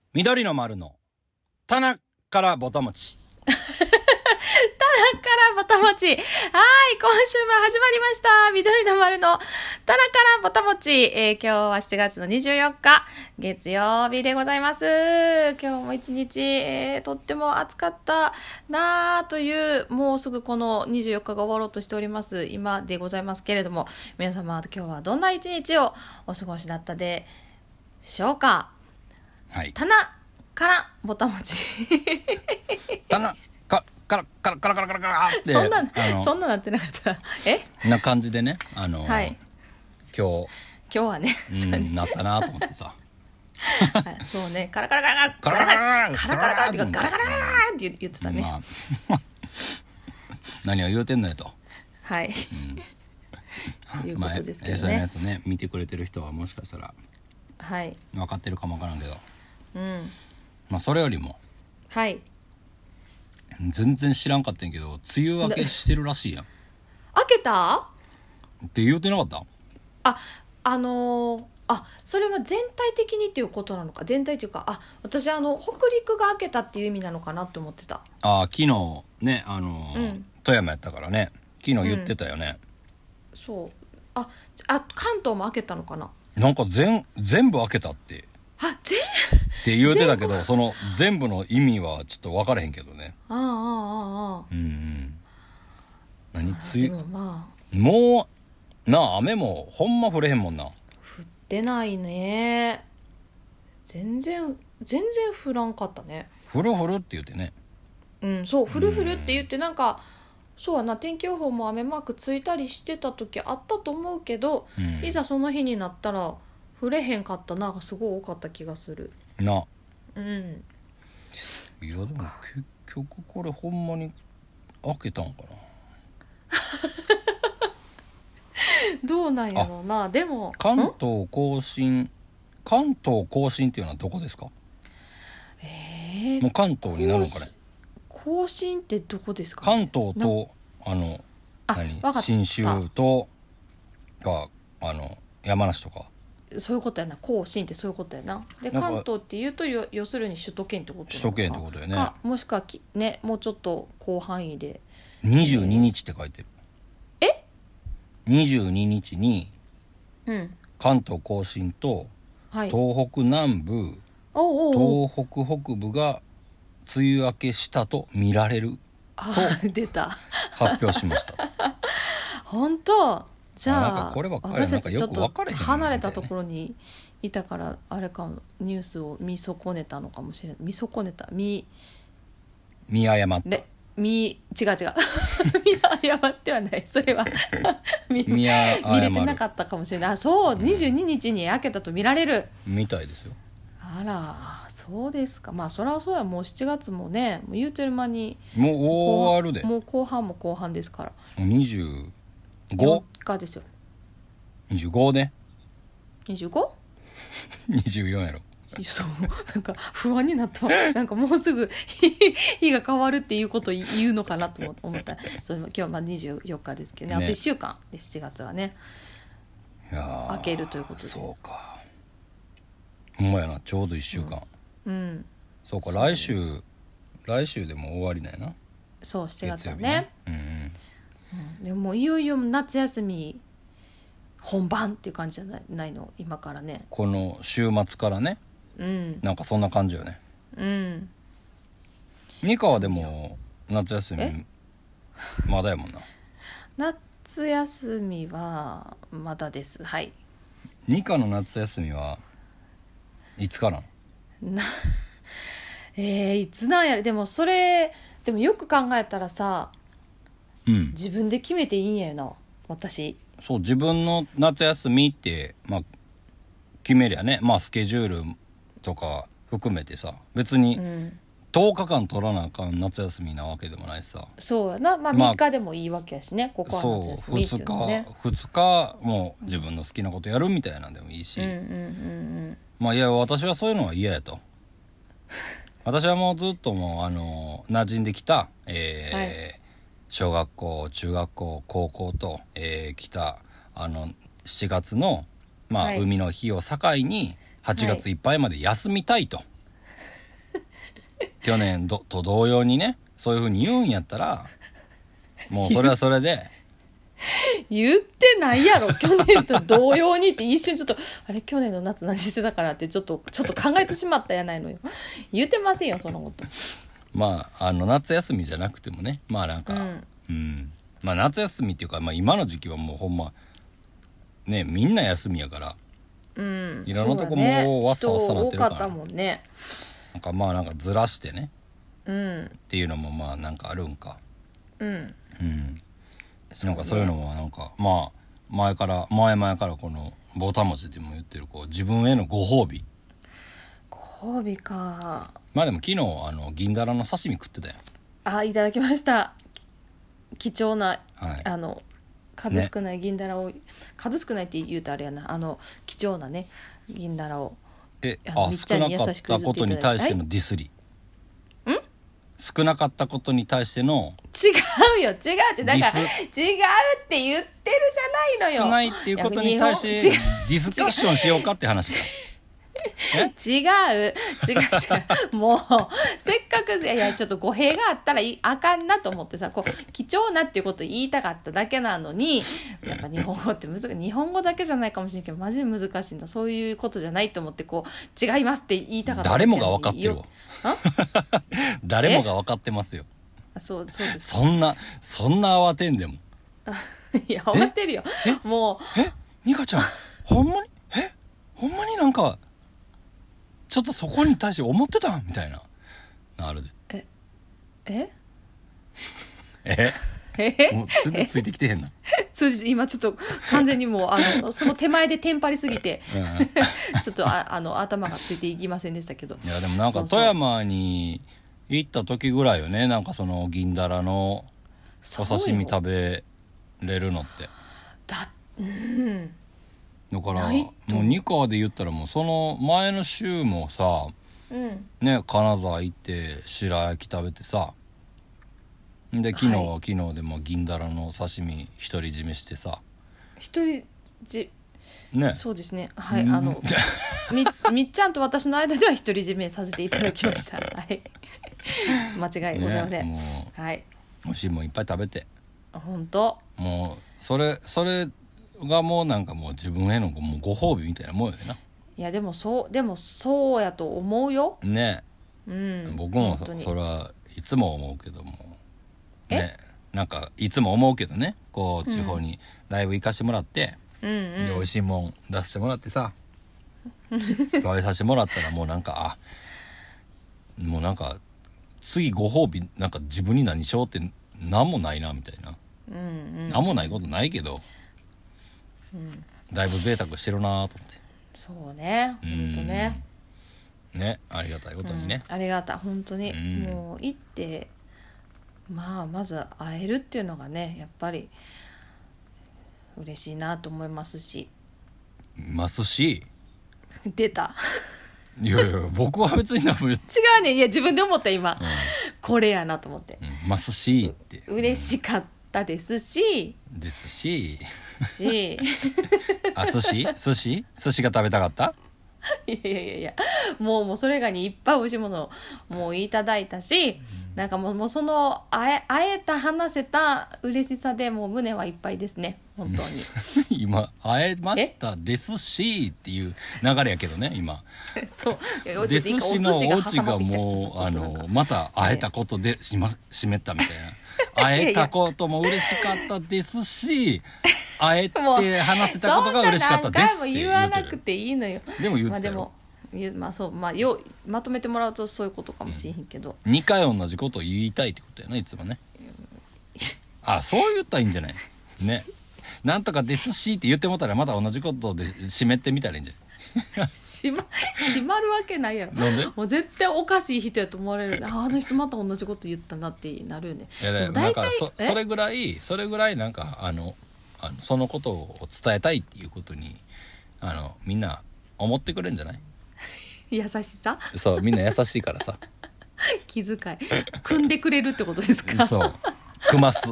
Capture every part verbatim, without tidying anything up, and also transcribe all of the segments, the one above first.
緑の丸の棚からぼたもち。 棚からぼたもち。はい、今週も始まりました。緑の丸の棚からぼたもち。えー、今日はしちがつのにじゅうよっか、月曜日でございます。今日も一日、えー、とっても暑かったなという、もうすぐこのにじゅうよっかが終わろうとしております。今でございますけれども、皆様今日はどんな一日をお過ごしだったでしょうか。 はい。 棚からぼたもち。 棚かからからからからからからってそんなそんななってなかった。え？ な感じでね、あの、 はい、 今日今日はね、 うん、なったなと思ってさ。 はい、そうね、カラカラカラカラカラカラカラカラカラっていうかガラガラガラって言ってたね。まあ、 何を言うてんのよと。 はい。うん、いうことですけどね。 まあ、エスエヌエス ね見てくれてる人はもしかしたらはい分かってるかもわからんけど、 うん、 まあそれよりもはい全然知らんかったんやけど梅雨明けしてるらしいやん。 明けた？ って言うてなかった？ あ、あのー、あ、それは全体的にっていうことなのか。全体というか、あ、私あの北陸が明けたっていう意味なのかなって思ってた。 あ、昨日ね、あのーうん、富山やったからね、昨日言ってたよね。 うん、そう。あ、あ、関東も明けたのかな。 なんか全全部明けたってあ、全って言うてたけど、その全部の意味はちょっと分からへんけどね。 ああああああ、 うんうん。何梅雨、 まあ、もうなあ、雨もほんま降れへんもんな。 降ってないね。全然全然降らんかったね。 降る降るって言ってね。 うん、そう、降る降るって言って、なんかそうやな、天気予報も雨マークついたりしてた時あったと思うけど、うん、いざその日になったら降れへんかったながすごい多かった気がするな。 うん。 いやでも結局これほんまに開けたんかな。 どうなんやろうな。でも関東甲信関東甲信っていうのはどこですか？えー、もう関東になるのかね。 甲信ってどこですか、 ね、関東とあの何信州とがあの山梨とかそういうことやな。甲信ってそういうことやな。で関東っていうと要するに首都圏ってことやな。 首都圏ってことやね。 もしくはき、ね、もうちょっと広範囲でにじゅうににちって書いてる。 えにじゅうににちに関東甲信と東北南部、はい、おうおう、東北北部が梅雨明けしたと見られると出た発表しました。 本当？じゃあ、 なんかこればっかりなんかよく分かれへん、ね、 離れたところにいたからあれかも、ニュースを見損ねたのかもしれない。見損ねた見見誤った見違う違う見誤ってはない。それは見, 見れてなかったかもしれない。あ、そう、うん、にじゅうににちに明けたと見られるみたいですよ。 あら、そうですか。まあそりゃそうや。もうしちがつもね、もう言うてる間にもう終わるで。 もう後半も後半ですから。 にじゅうごよっかですよ。 にじゅうごね。 にじゅうご？ にじゅうよんやろ。 そうなんか不安になった。なんかもうすぐ日が変わるっていうことを言うのかなと思った。それも今日はまあにじゅうよっかですけど ね, ね。あといっしゅうかんでしちがつはね、 いや明けるということで。 そうか、ほんまやな、ちょうどいっしゅうかん、うんうん、そうか、来週来週でも終わりなんやな。 そう、しちがつは ね, ね、うんうんうん、でもいよいよ夏休み本番っていう感じじゃない、ないの今からね。 この週末からね、うん、なんかそんな感じよね。うん。ニカはでも夏休みまだやもんな。 夏休みはまだです。はい。 ニカの夏休みはいつからなえー、いつなんやろ。でもそれでもよく考えたらさ、うん、自分で決めていいんやな私。 そう、自分の夏休みって、まあ、決めりゃね、まあスケジュールとか含めてさ、別にとおかかん取らなあかん夏休みなわけでもないしさ。 そうやな、まあみっかでもいいわけやしね、まあ、ここは夏休みっていうのね。 そう、ふつかふつかもう自分の好きなことやるみたいなんでもいいし、うんうんうんうん、まあいや私はそういうのは嫌やと。私はもうずっともうあの馴染んできた、えーはい、小学校中学校高校と、えー、来たあのしちがつの、まあはい、海の日を境にはちがついっぱいまで休みたいと、 去年どと同様にねそういう風に言うんやったらもうそれはそれで言ってないやろ去年と同様にって一瞬ちょっとあれ去年の夏何してたかなってちょっとちょっと考えてしまったやないのよ。言ってませんよそのこと。 まああの夏休みじゃなくてもねまあなんか、うん、うん、まあ夏休みっていうか、まあ、今の時期はもうほんまねみんな休みやから、 うん、 いろんなとこもわっさわっさなってるから、 人多かったもんね。 なんかまあなんかずらしてね、 うん、 っていうのもまあなんかあるんか、 うん、 うん、なんかそういうのはなんかまあ前から前々からこのぼたもちでも言ってるこう自分へのご褒美。 ご褒美か。 まあでも昨日あの銀だらの刺身食ってたよ。 あ、いただきました。貴重な、 はい、 あの数少ない銀だらを、ね、数少ないって言うとあれやな、あの貴重なね銀だらをえあ少なかったことに対してのディスり。 ん少なかったことに対しての違うよ違うってだから違うって言ってるじゃないのよ。 少ないっていうことに対してディスカッションしようかって話だ。 違う違う違うもうせっかくいやいやちょっと語弊があったらいあかんなと思ってさこう貴重なっていうことを言いたかっただけなのにやっぱ日本語って難しい。日本語だけじゃないかもしれんけどマジで難しいんだ。そういうことじゃないと思ってこう違いますって言いたかっただけなのに。 誰もが分かってるわ誰もが分かってますよ。 そうそうです。 そんなそんな慌てんでもいや慌てるよもう。 えニカちゃんほんまにえほんまになんかちょっとそこに対して思ってたみたいななるで。 ええええもう全然ついてきてへんな通じ今ちょっと完全にもうあのその手前でテンパりすぎて、うん、ちょっとああの頭がついていきませんでしたけど。 いやでもなんか富山に行った時ぐらいよねなんかその銀だらのお刺身食べれるのってだ、うん、 だからもうニカで言ったらもうその前の週もさ、 うんね金沢行って白焼き食べてさで昨日は昨日でも銀だらの刺身独り占めしてさ独りじねそうですねはいあのみ, みっちゃんと私の間では独り占めさせていただきましたはい間違いございません、ね、もうはい美味しいもんいっぱい食べて本当もうそれそれがもうなんかもう自分への ご, もうご褒美みたいなもんやでな。 いやでもそうでもそうやと思うよね、 うん、 僕も そ, それはいつも思うけどもねなんかいつも思うけどねこう地方にライブ行かしてもらって、 うんうんうん、 で美味しいもん出してもらってさ食べさせてもらったらもうなんかあもうなんか次ご褒美なんか自分に何しようって何もないなみたいな、 うんうん、 何もないことないけど、うん、だいぶ贅沢してるなと思って。 そうねほんとねねありがたいことにね、 うん、ありがたい本当に、うん、もう行ってまあまず会えるっていうのがねやっぱり嬉しいなと思いますしますし出たいやいや僕は別に何も違うねいや自分で思った今、うん、これやなと思って、 うん、ますしって嬉しかったですし、 うん、ですししあ寿司寿司寿司が食べたかったいやいやいやもうもうそれ以外にいっぱい美味しいものをもういただいたし、うん、なんかもう、もうその会え、会えた話せた嬉しさでもう胸はいっぱいですね本当に今会えましたですしっていう流れやけどね今そうですしのオチがもうあのまた会えたことでしま締めたみたいな会えたことも嬉しかったですし会えて話せたことが嬉しかったですって言うてる。そんな何回も言わなくていいのよ。 でも言ってたよ。 まあでもまあそうまあよまとめてもらうとそういうことかもしれへんけど、 うん、にかい同じことを言いたいってことやないつもねあそう言ったらいいんじゃないねなんとかですしって言ってもったらまた同じことで締めてみたらいいんじゃないしま、しまるわけないやろ。 なんでもう絶対おかしい人やと思われる。ああの人また同じこと言ったなってなるよね。 いやでもなんか そ, それぐらいそれぐらいなんかあのあのそのことを伝えたいっていうことにあのみんな思ってくれるんじゃない？ 優しさ？ そうみんな優しいからさ気遣い組んでくれるってことですか？ そう組ます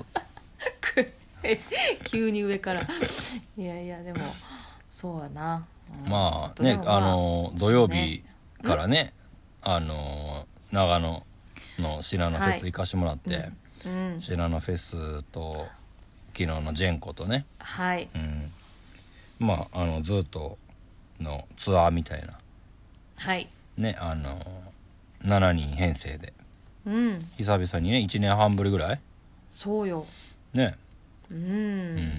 急に上からいやいやでもそうやな、 うん、まあね、まあ、あの土曜日からね、あの長野のシナノフェス行かしてもらって、はいうんうん、 シナノフェスと昨日のジェンコとね、 はい、 うん、まああのずっとのツアーみたいな、 はいね、あのしちにん編成で、 うん、 久々にねいちねんはんぶりぐらいそうよね、 うん、うん、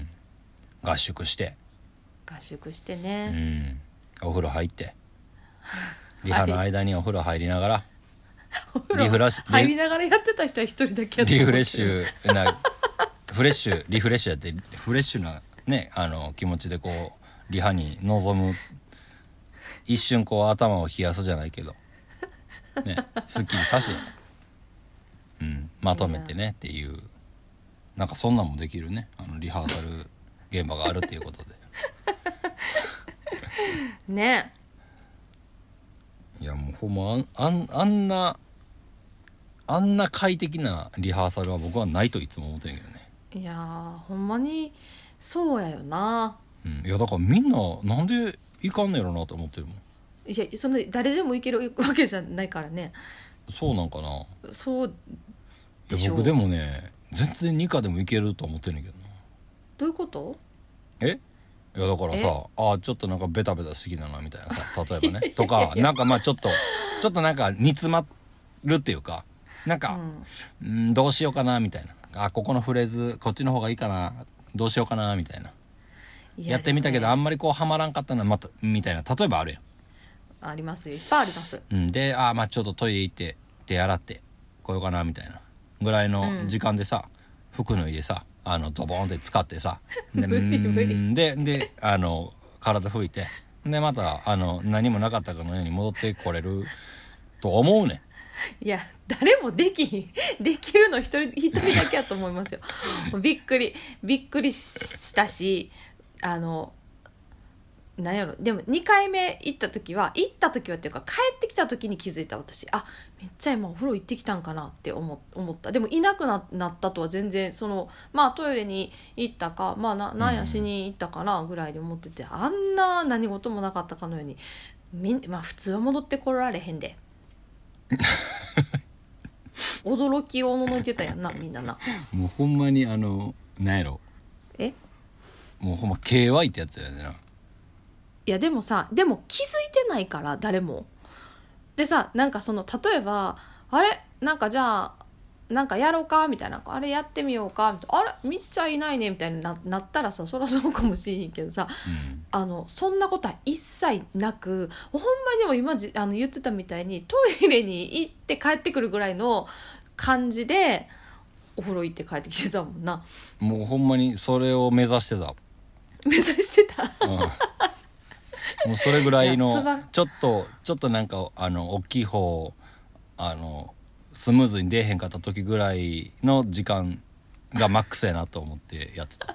合宿して合宿してね、 うん、お風呂入ってリハの間にお風呂入りながらリフラッシュ入りながらやってた人は一人だけやったリフレッシュなフレッシュリフレッシュやってフレッシュなねあの気持ちでこうリハに臨む一瞬こう頭を冷やすじゃないけどねすっきりさし、うん、まとめてねっていうなんかそんなんもできるねあのリハーサル現場があるっていうことでねいやもうほんまあん、あんなあんな快適なリハーサルは僕はないといつも思ってんけどね。 いやーほんまにそうやよな、 うん、いやだからみんななんでいかんねやろなと思ってるもん。 いやその誰でもいけるわけじゃないからね。 そうなんかな。 そうでしょう。 僕でもね全然にかでもいけると思ってるんだけどな。 どういうこと？ えいやだからさあちょっとなんかベタベタしてきたなみたいなさ例えばねとかなんかまあちょっとちょっとなんか煮詰まるっていうかなんか、うん、んどうしようかなみたいなあここのフレーズこっちの方がいいかなどうしようかなみたいな や, やってみたけど、ね、あんまりこうはまらんかったなまたみたいな例えばあるやん。 ありますよいっぱいあります、 うん、であまあちょっとトイレ行って手洗ってこようかなみたいなぐらいの時間でさ、うん、服脱いでさあのドボンって使ってさで無理無理でであの体拭いてでまたあの何もなかったかのように戻ってこれると思うねん。いや誰もできできるの一人一人だけやと思いますよびっくりびっくりしたしあのなんやろでもにかいめ行った時は行った時はっていうか帰ってきた時に気づいた私あめっちゃ今お風呂行ってきたんかなって思思ったでもいなく な, なったとは全然そのまあトイレに行ったかまあ な, なんやしに行ったかなぐらいで思ってて、うん、あんな何事もなかったかのようにみん、まあ、普通は戻ってこられへんで驚きをののいてたやんなみんななもうほんまにあのなんやろえもうほんま ケーワイ ってやつやねないやでもさでも気づいてないから誰もでさなんかその例えばあれなんかじゃあなんかやろうかみたいなあれやってみようかみたいなあれみっちゃんいないねみたいに な, なったらさそりゃそうかもしれんけどさ、うん、あのそんなことは一切なくほんまにでも今じあの言ってたみたいにトイレに行って帰ってくるぐらいの感じでお風呂行って帰ってきてたもんな。 もうほんまにそれを目指してた目指してた、うんもうそれぐらいのちょっとちょっとなんかあの大きい方あのスムーズに出えへんかった時ぐらいの時間がマックスやなと思ってやってた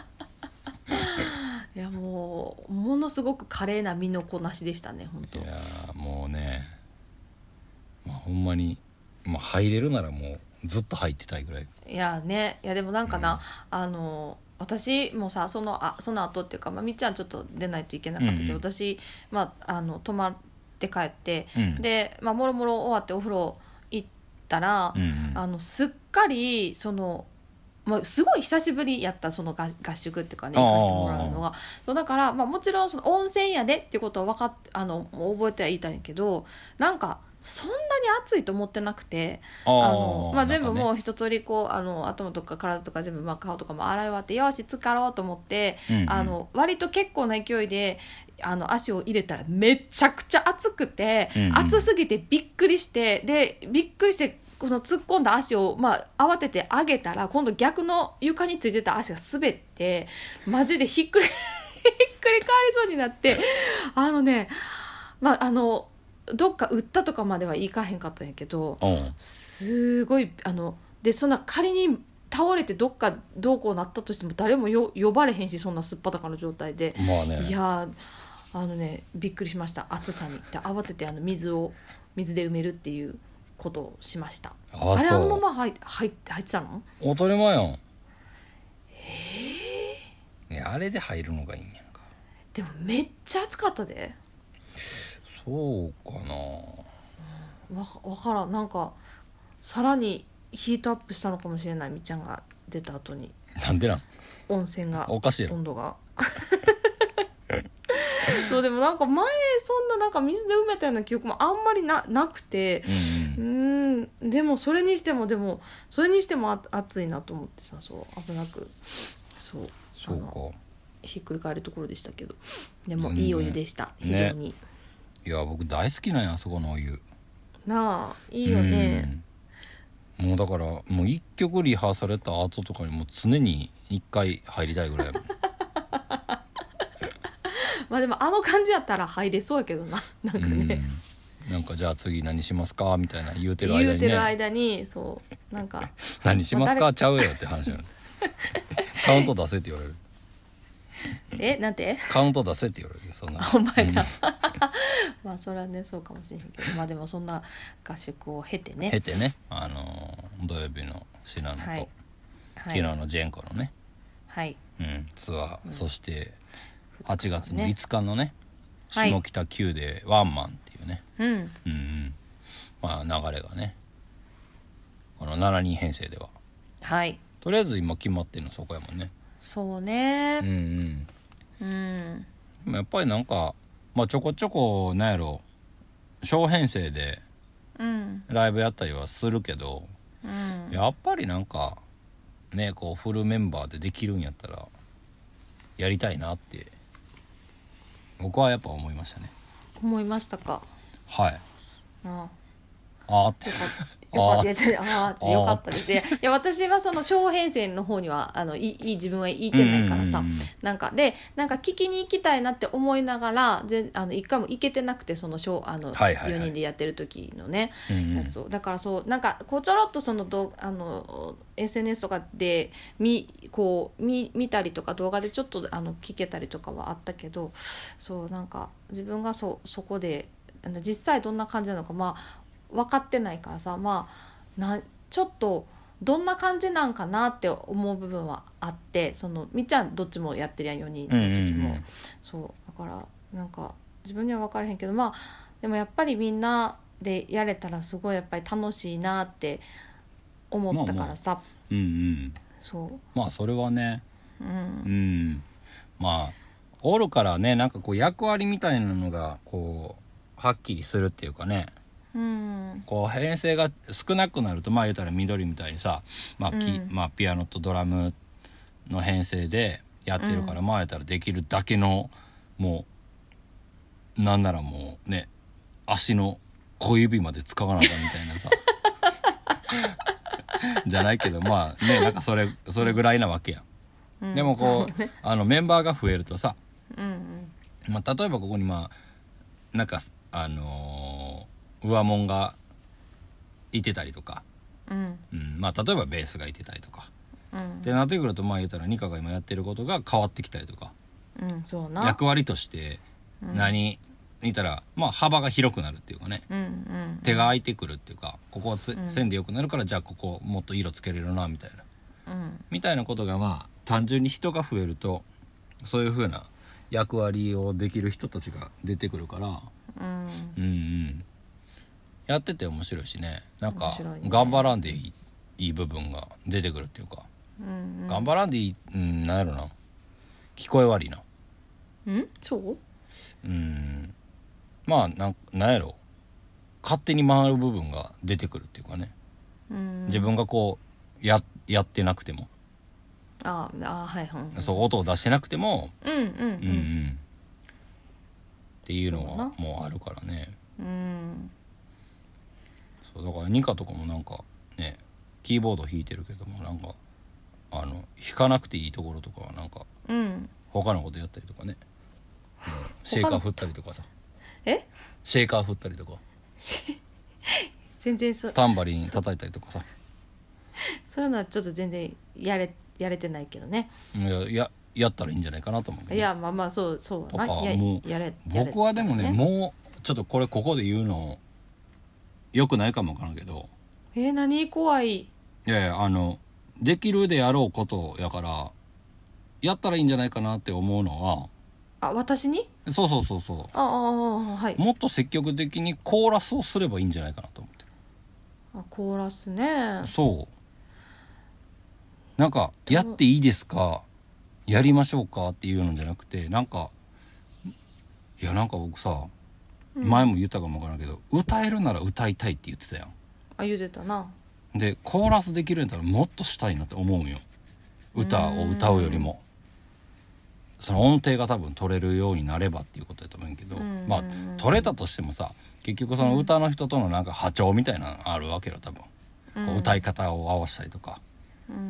いやもうものすごく華麗な身のこなしでしたね本当。 いやもうね、まあ、ほんまに、まあ、入れるならもうずっと入ってたいぐらい。 いやねいやでもなんかな、うん、あの私もさそのあその後っていうか、まあ、みっちゃんちょっと出ないといけなかったけど、うんうん、私、まあ、あの泊まって帰って、うん、で、まあ、もろもろ終わってお風呂行ったら、うんうん、あのすっかりその、まあ、すごい久しぶりやったその 合, 合宿っていうかね行かせてもらうのがそうだから、まあ、もちろんその温泉やでっていうことは分かっあの覚えてはいたんやけどなんかそんなに暑いと思ってなくてあの、まあ、全部もう一通りこうあの頭とか体とか全部、まあ、顔とかも洗い終わってよし浸かろうと思って、うんうん、あの割と結構な勢いであの足を入れたらめちゃくちゃ暑くて、うんうん、暑すぎてびっくりしてでびっくりしてこの突っ込んだ足を、まあ、慌てて上げたら今度逆の床についてた足が滑ってマジでひっくりひっくり返りそうになってあのねまああのどっか売ったとかまではいかへんかったんやけどすごいあのでそんな仮に倒れてどっかどうこうなったとしても誰もよ呼ばれへんしそんなすっぱだかの状態で、まあね、いやあのねびっくりしました暑さにで慌ててあの水を水で埋めるっていうことをしました。 あ, あれあのまま入, 入, 入ってたの当たり前やん。へえ、ね、あれで入るのがいいんやんか。 でもめっちゃ暑かったで。 そうかな、 わわからん、なんかさらにヒートアップしたのかもしれない。みっちゃんが出た後になんでなん温泉がおかしいやろ温度がそうでもなんか前そんななんか水で埋めたような記憶もあんまり な, なくて、 うん、 うんでもそれにしてもでもそれにしてもあ暑いなと思ってさ、そう危なくそうそうかひっくり返るところでしたけど、でもいいお湯でした、 うん、 非常に、 ね、いや僕大好きなんやあそこのお湯なあいいよね、 うん、もうだからもう一曲リハされた後とかにもう常に一回入りたいぐらいまあでもあの感じやったら入れそうやけどななんかね、 うん、なんかじゃあ次何しますかみたいな言うてる間にね言うてる間にそうなんか何しますか、まあ、ちゃうよって話なのカウント出せって言われるえなんてカウント出せって言われるよそんなお前だまあそれはねそうかもしれへんけど、まあでもそんな合宿を経てね経てねあのー、土曜日のシナノと、はいはい、昨日のジェンコのね、 はいうん、ツアー、うん、そしてはちがつのいつかのね下北きゅうでワンマンっていうね、 はい、うんうんうんまあ流れがねこのしちにん編成でははいとりあえず今決まってるのそこやもんね。 そうねうんうんうんでもやっぱりなんかまあちょこちょこなんやろ小編成でライブやったりはするけど、うん、やっぱりなんかねこうフルメンバーでできるんやったらやりたいなって僕はやっぱ思いましたね。 思いましたか。 はいあああってよかったよかったよかったです。いや私はその小編成の方にはあのいい自分は言いてないからさ、なんかでなんか聞きに行きたいなって思いながらぜあの一回も行けてなくてその小あの、はいはいはい、よにんでやってる時のね、うんうん、やつをだからそうなんかこうちょろっとそのどあの エスエヌエス とかで見こう見見たりとか動画でちょっとあの聞けたりとかはあったけど、そうなんか自分がそそこであの実際どんな感じなのかまあ分かってないからさ、まあなちょっとどんな感じなんかなって思う部分はあって、そのみっちゃんどっちもやってるやんよにんの時も、うんうんうん、そうだからなんか自分には分からへんけど、まあでもやっぱりみんなでやれたらすごいやっぱり楽しいなって思ったからさ、まあまあうんうん、 そうまあそれはね、 うん、 うん、まあおるからねなんかこう役割みたいなのがこうはっきりするっていうかね。 うん、 こう編成が少なくなるとまあ言うたら緑みたいにさ、まあきうんまあ、ピアノとドラムの編成でやってるから、うん、まあ言うたらできるだけのもうなんならもうね足の小指まで使わなきゃみたいなさじゃないけどまあねなんかそれそれぐらいなわけや、うん、でもこう、ね、あのメンバーが増えるとさ、 うんうんまあ、例えばここにまあなんかあのー上門がいてたりとか、 うんうんまあ、例えばベースがいてたりとか、 うん、 ってなってくるとまあ言うたらニカが今やってることが変わってきたりとか、 うん、そうな役割として何、うん、言ったら、まあ、幅が広くなるっていうかね、 うんうんうん、 手が空いてくるっていうかここは線でよくなるから、うん、じゃあここもっと色つけれるなみたいな、 うん、 みたいなことがまあ単純に人が増えるとそういう風な役割をできる人たちが出てくるから、 うん、 うんうんやってて面白いしねなんか頑張らんでいい、いい部分が出てくるっていうか、 うんうん、 頑張らんでいい、うん、なんやろな聞こえ悪いなうんそううんまあな、なんやろ勝手に回る部分が出てくるっていうかね、 うん、 自分がこう や, やってなくてもああはいはい、はい、 そう音を出してなくてもうんうんうん、 うんうん、っていうのはもうあるからねうんだからニカとかもなんかねキーボード弾いてるけどもなんかあの弾かなくていいところとかはなんか、 うん、 他のことやったりとかねシェーカー振ったりとかさえシェーカー振ったりとか全然そうタンバリン叩いたりとかさそういうのはちょっと全然やれやれてないけどねいやややったらいいんじゃないかなと思うけど、ね、 いやまあまあそうそうなやもうやれ僕はでもね、ねもうちょっとこれここで言うのよくないかもわからんけどえー、何怖いいやいやあのできるでやろうことやからやったらいいんじゃないかなって思うのはあ私にそうそうそうそうああ、はい、 もっと積極的にコーラスをすればいいんじゃないかなとあコーラスね。 そうなんかやっていいですかやりましょうかっていうのじゃなくてなんかいやなんか僕さ、うん、前も言ったかもわからんけど歌えるなら歌いたいって言ってたやん。 あ言ってたな。 でコーラスできるんだったらもっとしたいなって思うんよ。歌を歌うよりもその音程が多分取れるようになればっていうことだと思うけど、まあ取れたとしてもさ結局その歌の人とのなんか波長みたいなのあるわけよ多分、うん、こう歌い方を合わせたりとか、うんうん、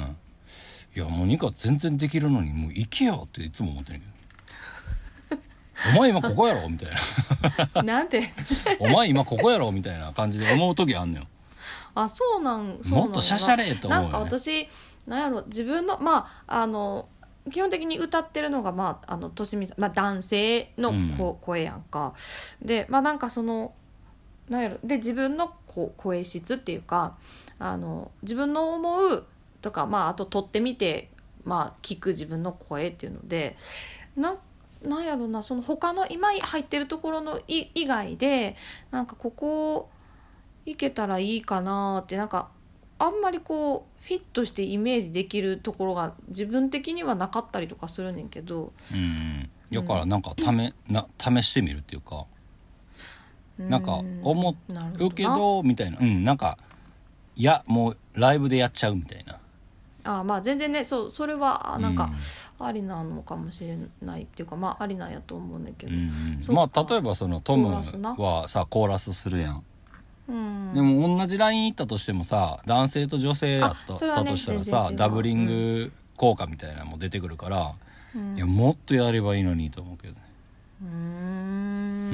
いやもうニカ全然できるのにもう行けよっていつも思ってるけどお前今ここやろみたいななんでお前今ここやろみたいな感じで思う時あんのよ。 あそうなんそうなんもっとシャシャレと思うよ、ね、 なんか私なんやろ自分のまああの基本的に歌ってるのが、まあ、あのとしみさん、まあ、男性のこ、うん、声やんかでまあなんかそのなんやろで自分のこ声質っていうかあの自分の思うとか、まあ、あと撮ってみて、まあ、聞く自分の声っていうのでななんやろなその他の今入ってるところのい以外でなんかここいけたらいいかなってなんかあんまりこうフィットしてイメージできるところが自分的にはなかったりとかするねんけど、 うんだからなんかため、うん、な試してみるっていうかなんか思うけどみたいなうんなんかいやもうライブでやっちゃうみたいなあまあ全然ねそうそれはなんかありなのかもしれないっていうかまあありなんやと思うんだけど、うんうん、まあ例えばそのトムはさコーラスするやんうん、でも同じライン行ったとしてもさ男性と女性だった、ね、としたらさダブリング効果みたいなのも出てくるから、うん、いやもっとやればいいのにと思うけどねうーん、うん、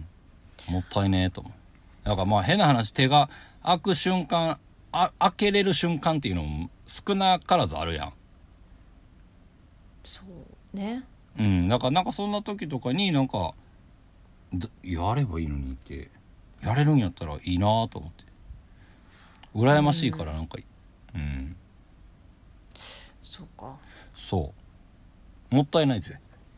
もったいねえと思う。だからまあ変な話手が開く瞬間あ開けれる瞬間っていうのも少なからずあるやん。 そうねうんだからなんかそんな時とかになんかやればいいのにってやれるんやったらいいなと思って羨ましいからなんかうん、うん、 そうかそうもったいないぜ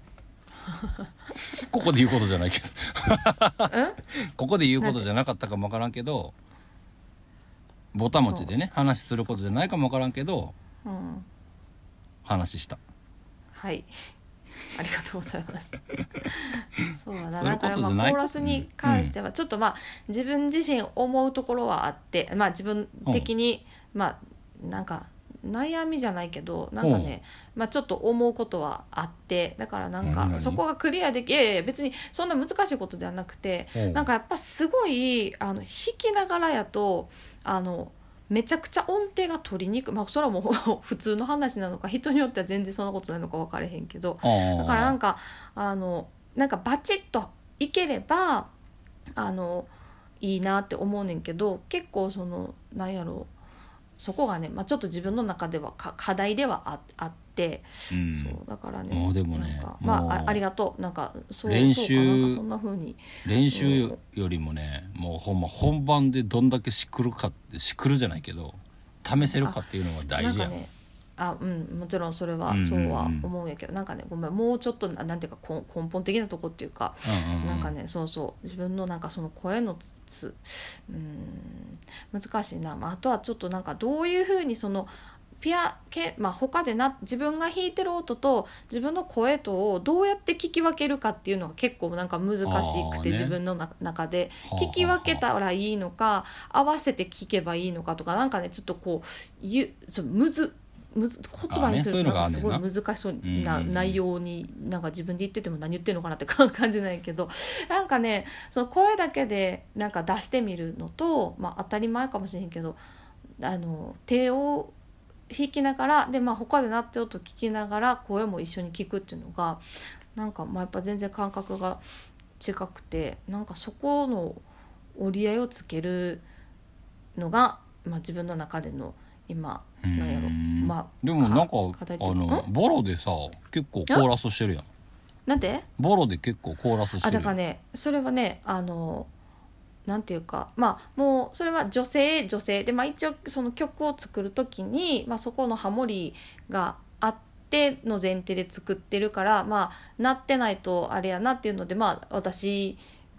ここで言うことじゃないけどここで言うことじゃなかったかもわからんけどぼたもちでね話することじゃないかもわからんけど、うん、話したはいありがとうございますそうだなだからまあコーラスに関してはちょっとまあ自分自身思うところはあってまあ自分的にまあなんか悩みじゃないけどなんかねまあちょっと思うことはあってだからなんかそこがクリアできいやいや別にそんな難しいことではなくてなんかやっぱすごいあの弾きながらやとあのめちゃくちゃ音程が取りにくいまあそれはもう普通の話なのか人によっては全然そんなことないのか分からへんけどだからなんかあのなんかバチッといければあのいいなって思うねんけど結構そのなんやろうそこがね、まあ、ちょっと自分の中では課題では あ, あって、うん、そうだからねもうでもねなんかまあ あ, ありがとうなんかそう練習そうかなんかそんな風に練習よりもね、うん、もうほんま本番でどんだけしくるかってしくるじゃないけど試せるかっていうのが大事やん。 ねあうん、もちろんそれはそうは思うんやけど、うんうんうん、なんかねごめんもうちょっとなんていうか根本的なとこっていうか、うんうんうん、なんかねそうそう自分のなんかその声のつうん難しいな、まあ、あとはちょっとなんかどういうふうにそのピアけ、まあ、他でな自分が弾いてる音と自分の声とをどうやって聞き分けるかっていうのが結構なんか難しくて、ね、自分の中で聞き分けたらいいのか合わせて聞けばいいのかとかなんかねちょっとこうゆそうむずむず言葉にするとなんかすごい難しそうな内容になんか自分で言ってても何言ってるのかなって感じないけどなんかねその声だけでなんか出してみるのと、まあ、当たり前かもしれんけどあの手を弾きながらで、まあ、他で鳴ってる音聞きながら声も一緒に聞くっていうのがなんかまあやっぱ全然感覚が違くてなんかそこの折り合いをつけるのが、まあ、自分の中での今なんやろまあでもなんかあのボロでさ結構コーラスしてるやん。 なんでボロで結構コーラスしてるやん。 あだからねそれはねあのなんていうかまあもうそれは女性女性で、まあ、一応その曲を作るときに、まあ、そこのハモリがあっての前提で作ってるからまあなってないとあれやなっていうのでまあ私が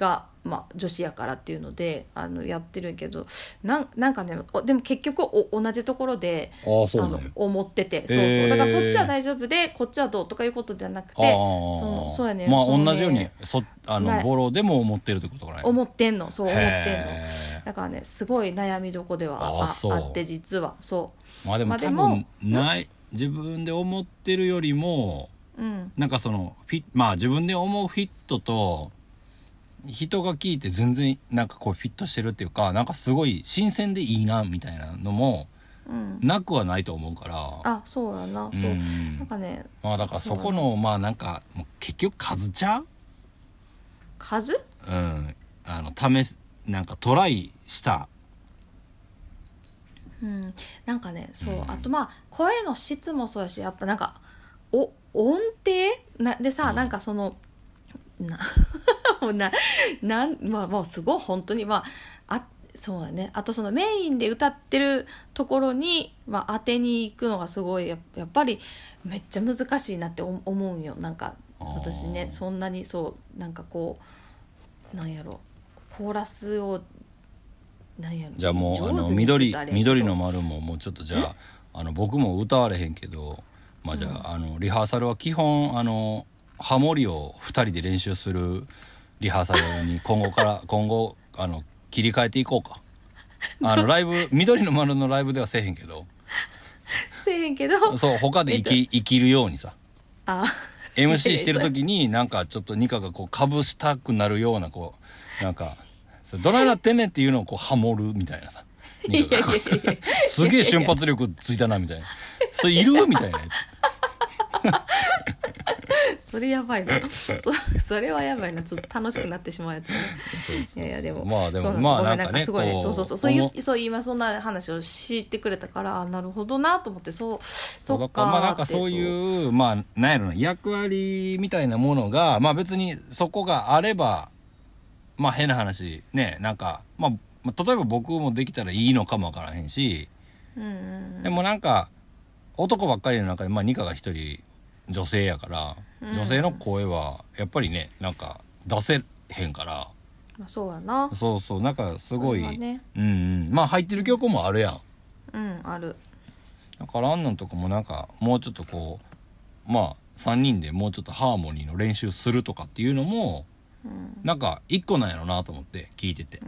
まあ、女子やからっていうのであのやってるけどなんなんかねでも結局お同じところであそう、ね、あの思っててそうそうだからそっちは大丈夫でこっちはどうとかいうことではなくてそそうやねまあね同じようにそあのボロでも思ってるってことかね思ってんのそう思ってんのだからねすごい悩みどこでは あ, あ, あって実はそうまあでも、まあ、多分ない自分で思ってるよりも、うん、なんかそのフィまあ自分で思うフィットと人が聞いて全然なんかこうフィットしてるっていうかなんかすごい新鮮でいいなみたいなのもなくはないと思うから、うん、 あそうやな、うん、そうなんかねまあだからそこのまあなんかもう結局数ちゃう数うんあの試すなんかトライしたうんなんかねそう、うん、あとまあ声の質もそうやしやっぱなんかお音程なでさ、うん、なんかそのなもうななんまあもうすごい本当にまああそうだねあとそのメインで歌ってるところに、まあ、当てに行くのがすごい や, やっぱりめっちゃ難しいなって思うんよなんか私ねそんなにそうなんかこうなんやろコーラスをなんやろじゃあもうあの緑緑の丸ももうちょっとじゃああの僕も歌われへんけどまあじゃあ、うん、あのリハーサルは基本あのハモリをふたりで練習するリハーサルに今後から今後あの切り替えていこうかあのライブ緑の丸のライブではせえへんけどせえへんけどそう他で生き、えっと、生きるようにさあエムシー してる時になんかちょっとニカがこうかぶしたくなるようなこうなんかどないなってんねんっていうのをこうハモるみたいなさニカがすげえ瞬発力ついたなみたいなそれいるみたいなやつそれやばいな そ, それはやばいなちょっと楽しくなってしまうやつねそうそうそういやいやでもまあでもまあなんかねすごいねそうそうそうそうそう今そんな話を知ってくれたからなるほどなと思ってそうそっかまあなんかそういうまあなんやろな役割みたいなものがまあ別にそこがあればまあ変な話ねなんかまあ例えば僕もできたらいいのかもわからへんし、うんうんうん、でもなんか男ばっかりの中でまあニカが一人女性やから、うん、女性の声はやっぱりねなんか出せへんから、 まあ、そうやなそうそうなんかすごい、ね、うんうんまあ入ってる曲もあるやんうんあるだからあんなんとかもなんかもうちょっとこうまあさんにんでもうちょっとハーモニーの練習するとかっていうのも、うん、なんかいっこなんやろなと思って聞いてて、うん、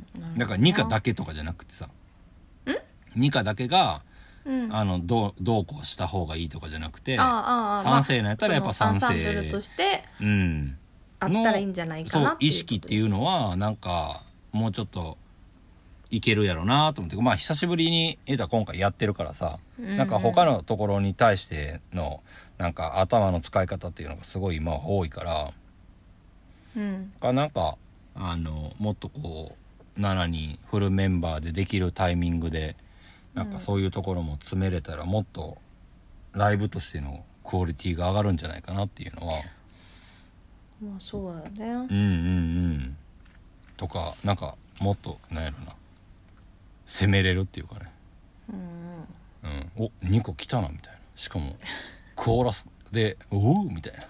だからニカだけとかじゃなくてさんニカだけがうん、あのどうどうこうした方がいいとかじゃなくて賛成のやったらやっぱ賛成、まあ、アンサンブルとしてあったらいいんじゃないかなっていう意識っていうのはなんかもうちょっといけるやろなと思ってまあ久しぶりに言うたら今回やってるからさ、うんうん、なんか他のところに対してのなんか頭の使い方っていうのがすごい今は多いから、うん、かなんかあのもっとこうしちにんフルメンバーでできるタイミングでなんかそういうところも詰めれたらもっとライブとしてのクオリティが上がるんじゃないかなっていうのはまあそうやねうんうんうんとかなんかもっとなんやろな攻めれるっていうかねうん、うん、おにこ来たなみたいなしかもコーラスでおうみたいな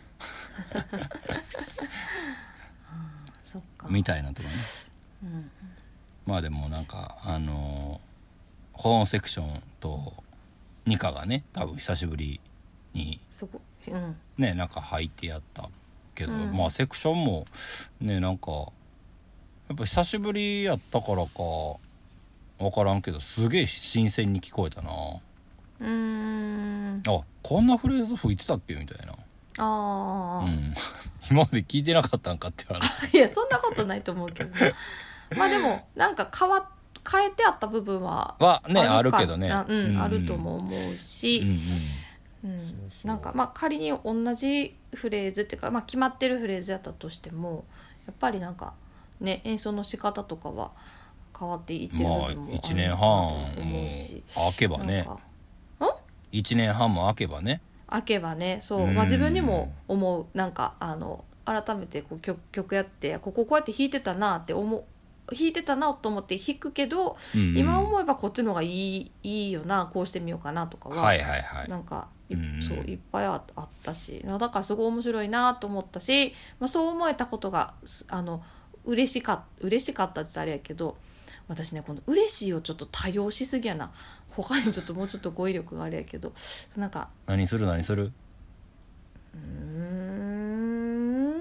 そっかみたいなとかね、うん、まあでもなんかあのーホーンセクションとニカがね多分久しぶりにうん、 ねなんか入ってやったけど、うん、まあセクションもねなんかやっぱ久しぶりやったからか分からんけどすげえ新鮮に聞こえたなうーんあこんなフレーズ吹いてたっけみたいなあ、うん、今まで聞いてなかったんかって話いやそんなことないと思うけどまあでもなんか変わって変えてあった部分ははねあるけどね、 うんうん、あるとも思うし、うんうんうん、なんかまあ仮に同じフレーズっていうか、まあ、決まってるフレーズやったとしてもやっぱりなんかね演奏の仕方とかは変わっていってる部分もあると思うし、まあ、いちねんはんも空けばねいちねんはんも空けばね空けばねそう、まあ、自分にも思うなんかあの改めてこう 曲, 曲やってこここうやって弾いてたなって思う弾いてたなと思って弾くけど、うんうん、今思えばこっちの方がいい、いいよなこうしてみようかなとかは、 はいはいはい、 なんかい、うんうん、そういっぱい あ, あったしだからすごい面白いなと思ったし、まあ、そう思えたことがあの嬉しか嬉しかったって言ったらあれやけど、私ねこの嬉しいをちょっと多用しすぎやな。他にちょっともうちょっと語彙力があれやけど、なんか何する何するうーん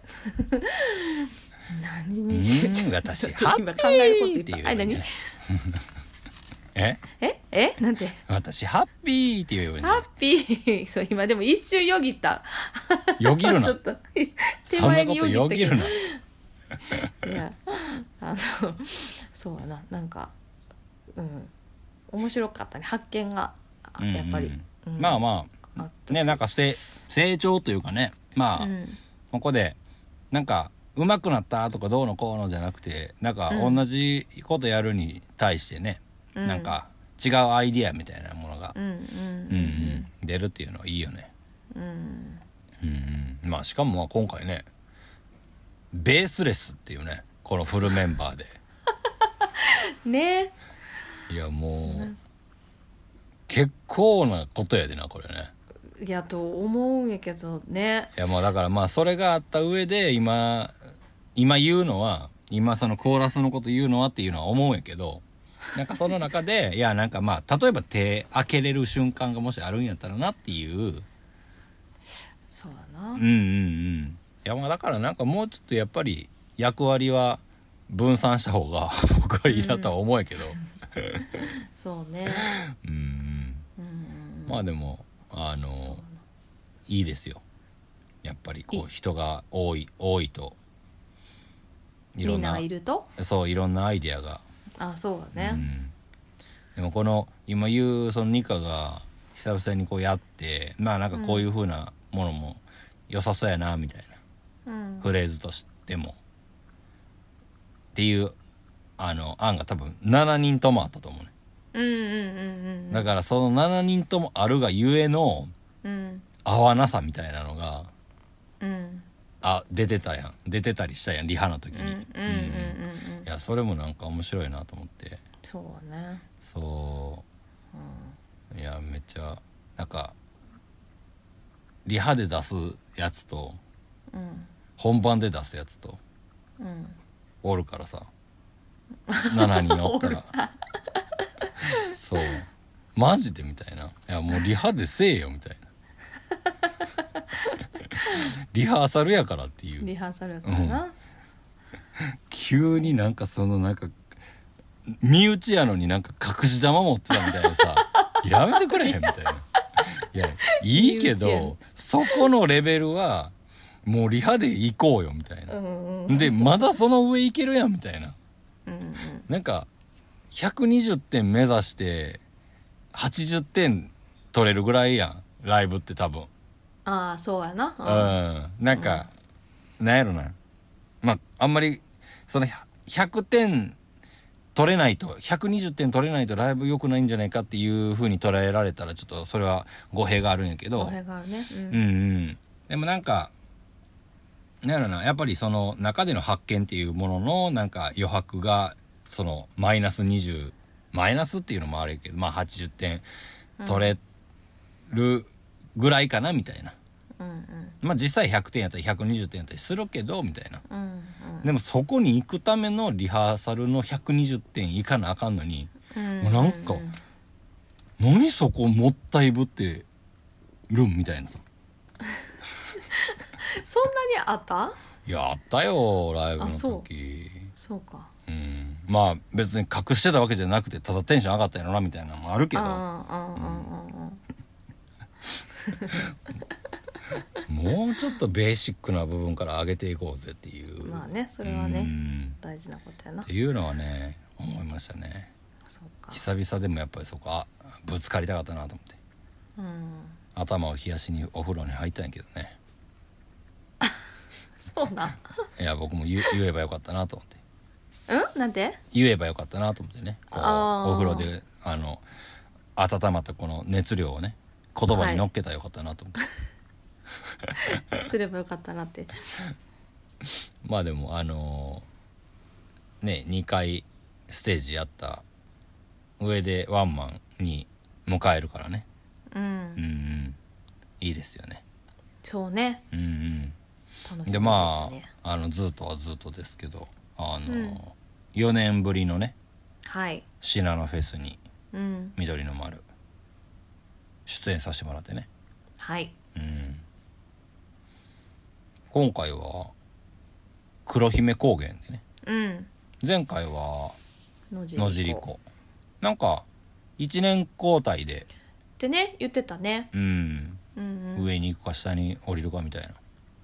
何にしよう。ちょっと私今考えることいっぱい。 ハッピーって言えばいいんじゃないえええなんて私ハッピーって言えばいいんじゃないハッピーそう今でも一瞬よぎった。 よぎるなちょっと手そんなこと前によよぎるぎったけど。 ないやあのそうやな、なんかうん面白かったね、発見がやっぱり、 うんうんうんまあまああったしねなんか成成長というかねまあ、 うんここでなんか上手くなったとかどうのこうのじゃなくてなんかうん同じことやるに対してね、 うんなんか違うアイディアみたいなものが、 うんうんうんうん出るっていうのはいいよね。 うんうんうんうん、まあしかもまあ今回ねベースレスっていうねこのフルメンバーでねいやもう結構なことやでなこれね。 いやと思うんやけどね。 いやもうだからまあそれがあった上で今今言うのは今そのコーラスのこと言うのはっていうのは思うんやけど、なんかその中でいやなんかまあ例えば手開けれる瞬間がもしあるんやったらなっていうそうだな、 うんうんうんいやまあだからなんかもうちょっとやっぱり役割は分散した方が僕はいいなとは思うやけど、 そうねうんうんうんうんまあでもあのそういいですよやっぱりこいう人が多い多いといろんなみんながいるとそういろんなアイデアが、 あそうだね、 うん、でもこの今言うそのニカが久々にこうやってまあなんかこういう風なものも良さそうやなみたいな、 うんフレーズとしてもっていうあの案が多分しちにんともあったと思うね、 うんうんうんうんだからそのしちにんともあるがゆえのうん合わなさみたいなのがうんあ出てたやん出てたりしたやんリハの時に、 うんうんうんうんうんいやそれもなんか面白いなと思ってそうねそういやめっちゃなんかリハで出すやつとうん本番で出すやつとうんおるからさしちにんおったらそうマジでみたいないやもうリハでせえよみたいなリハーサルやからっていうリハーサルやからな、 急になんかそのなんか身内やのになんか隠し玉持ってたみたいなさやめてくれへんみたいないやいいけ身内やどそこのレベルはもうリハで行こうよみたいな、 うんうんでまだその上いけるやんみたいなうんうんなんかひゃくにじゅってん目指してはちじゅってん取れるぐらいやんライブって多分ああそうやな、 うんなんか、なんやろなまああんまりそのひゃくてん取れないとひゃくにじゅってん取れないとライブ良くないんじゃないかっていう風に捉えられたらちょっとそれは語弊があるんやけど語弊があるね、うんうんうんでもなんかなんやろなやっぱりその中での発見っていうもののなんか余白がそのマイナスにじゅうマイナスっていうのもあるけどまあはちじゅってん取れるぐらいかなみたいな、 うんうんまあ実際ひゃくてんやったりひゃくにじゅってんやったりするけどみたいなうんうんでもそこに行くためのリハーサルのひゃくにじゅってんいかなあかんのに、 うんもうなんか何そこもったいぶってるんみたいなさそんなにあったいやあったよライブのあそ時そうかうんまあ別に隠してたわけじゃなくてただテンション上がったんやろなみたいなのもあるけどああああああもうちょっとベーシックな部分から上げていこうぜっていうまあねそれはねうん大事なことやなっていうのはね思いましたねそうか久々でもやっぱりそこあぶつかりたかったなと思ってうん頭を冷やしにお風呂に入ったんやけどねそうなんいや僕も言言えばよかったなと思ってうんなんて言えばよかったなと思ってねこうあーお風呂であの温まったこの熱量をね言葉に乗っけたらよかったなと思って、 すればよかったなってまあでもあのーねにかいステージやった上でワンマンに迎えるからねうん、 うんうんいいですよねそうねうんうん楽しみですね。 でまああのずっとはずっとですけどあの、うん、よねんぶりのね、 はい、 シナノフェスに、 うん、 緑の丸出演させてもらってね、 はい、 うん、今回は黒姫高原でね、 うん、 前回は野尻湖なんかいちねん交代でってね言ってたね、 うんうんうん、 上に行くか下に降りるかみたいな、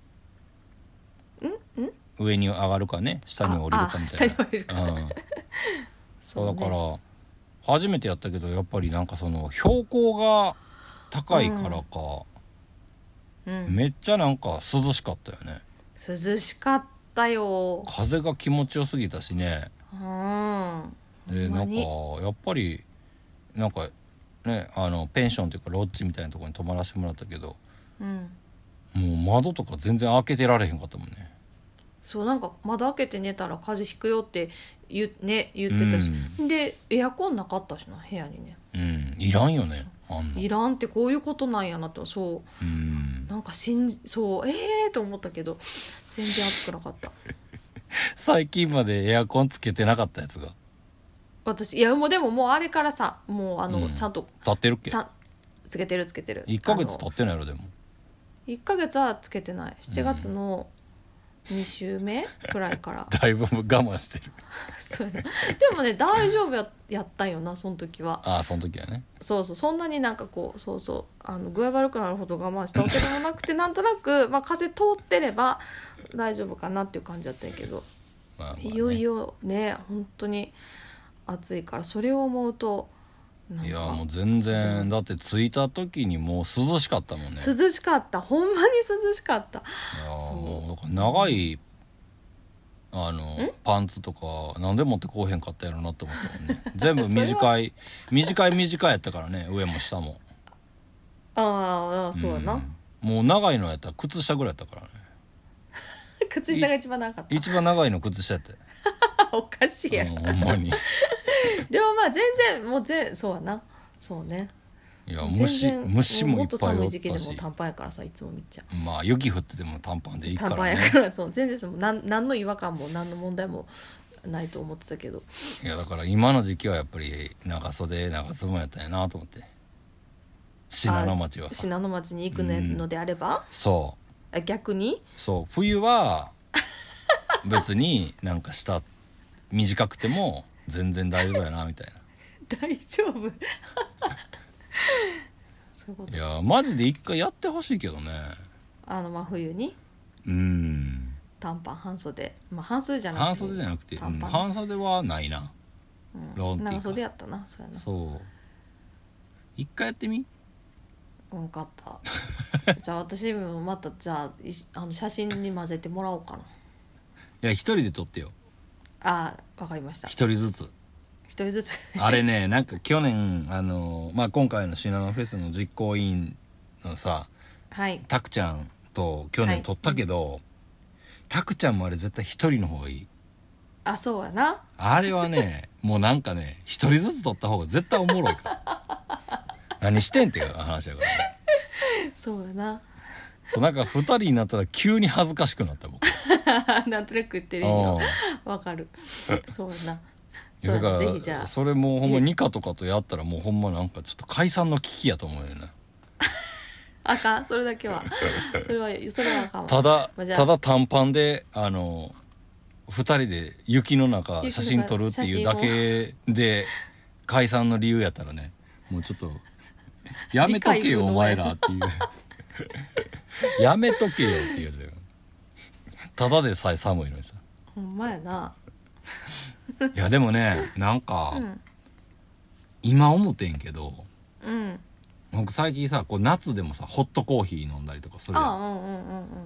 んん上に上がるかね下に降りるかみたいな、 下に降りるか、うん、 そうだから初めてやったけどやっぱりなんかその標高が高いからか、うんうん、めっちゃなんか涼しかったよね。 涼しかったよ。 風が気持ちよすぎたしね、 うん、 でなんかやっぱりなんかねあのペンションというかロッジみたいなところに泊まらせてもらったけど、うん、もう窓とか全然開けてられへんかったもんね。 そうなんか窓開けて寝たら風邪ひくよって言、ね、言ってたし、うん、でエアコンなかったしな部屋にね、 うん、いらんよねあんの。 いらんってこういうことなんやなとそう、うん、なんか信じそうええー、と思ったけど全然暑くなかった最近までエアコンつけてなかったやつが私いやもうでももうあれからさもうあの、うん、ちゃんと立ってるっけちゃんつけてるつけてるいっかげつ経ってないやろ。でもいっかげつはつけてないしちがつのに週目くらいからだいぶ我慢してるそうでもね大丈夫 や, やったんよなその時は。 ああその時はねそうそうそんなになんかこうそうそうあの具合悪くなるほど我慢したわけでもなくてなんとなく、まあ、風通ってれば大丈夫かなっていう感じだったんやけど、まあまあね、いよいよね本当に暑いからそれを思うとなんかいやもう全然だって着いた時にもう涼しかったもんね。 涼しかったほんまに涼しかった。いやそうだから長いあのパンツとかなんで持ってこうへんかったやろなって思ったもんね全部短い短い短いやったからね上も下も。 ああそうやな、うん、 もう長いのやったら靴下ぐらいやったからね靴下が一番長かった。 一番長いの靴下やっておかしいやん、 うん、ほんまにでもまあ全然もう全そうやなそうね。 いや虫虫もいっぱいおったし、もっと寒い時期でも短パンやからさいつも見ちゃう。 まあ雪降ってても短パンでいいからね。 短パンやからそう全然何何の違和感も何の問題もないと思ってたけど。 いやだから今の時期はやっぱり長袖長ズボンやったんやなと思って。信濃町は信濃町に行くのであれば、うん、 そう逆にそう冬は別になんか下短くても全然大丈夫やなみたいな大丈夫そういうこと。 いやマジで一回やってほしいけどねあの真冬にうん短パン半袖、まあ、半袖じゃなくて半袖じゃなくて、うん、半袖はないな、 うん、ロンティー長袖やったなそうやな。 そう一回やってみ分かったじゃあ私もまたじゃあ、あの写真に混ぜてもらおうかな。いや一人で撮ってよ。 ああ分かりました。 一人ずつ一人ずつあれねなんか去年あの、まあ、今回のシナノフェスの実行委員のさ、 はい、 タクちゃんと去年撮ったけど、はい、タクちゃんもあれ絶対一人の方がいい。 あそうやなあれはねもうなんかね一人ずつ撮った方が絶対おもろいから何してんっていう話やからねそうやなそうなんか二人になったら急に恥ずかしくなった僕なんとなく言ってる意味はわかるそうやな。 そうだからぜひじゃあそれもほんまニカとかとやったらもうほんまなんかちょっと解散の危機やと思うよねあかんそれだけはそれはそれはあかんわ。 ただ、まあ、ただ短パンであの二人で雪の中写真撮るっていうだけで解散の理由やったらねもうちょっとやめとけよお前らっていうやめとけよっていうやつよ。ただでさえ寒いのにさ。 ほんまやな。 いやでもねなんか、うん、今思ってんけど、うん、僕最近さこう夏でもさホットコーヒー飲んだりとかするやん、うんうんうんうん、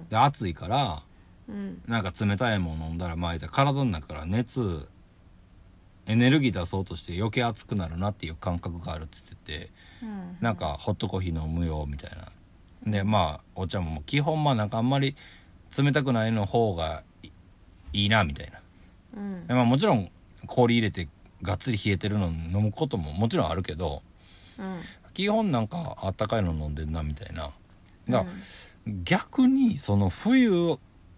で暑いから、うん、なんか冷たいもの飲んだらまあ体の中から熱エネルギー出そうとして余計熱くなるなっていう感覚があるって言ってて、うんうん、なんかホットコーヒー飲むよみたいなでまあお茶も基本まあなんかあんまり冷たくないの方がいいなみたいな、うんまあ、もちろん氷入れてがっつり冷えてるの飲むことももちろんあるけど、うん、基本なんかあったかいの飲んでんなみたいなだから、うん、逆にその冬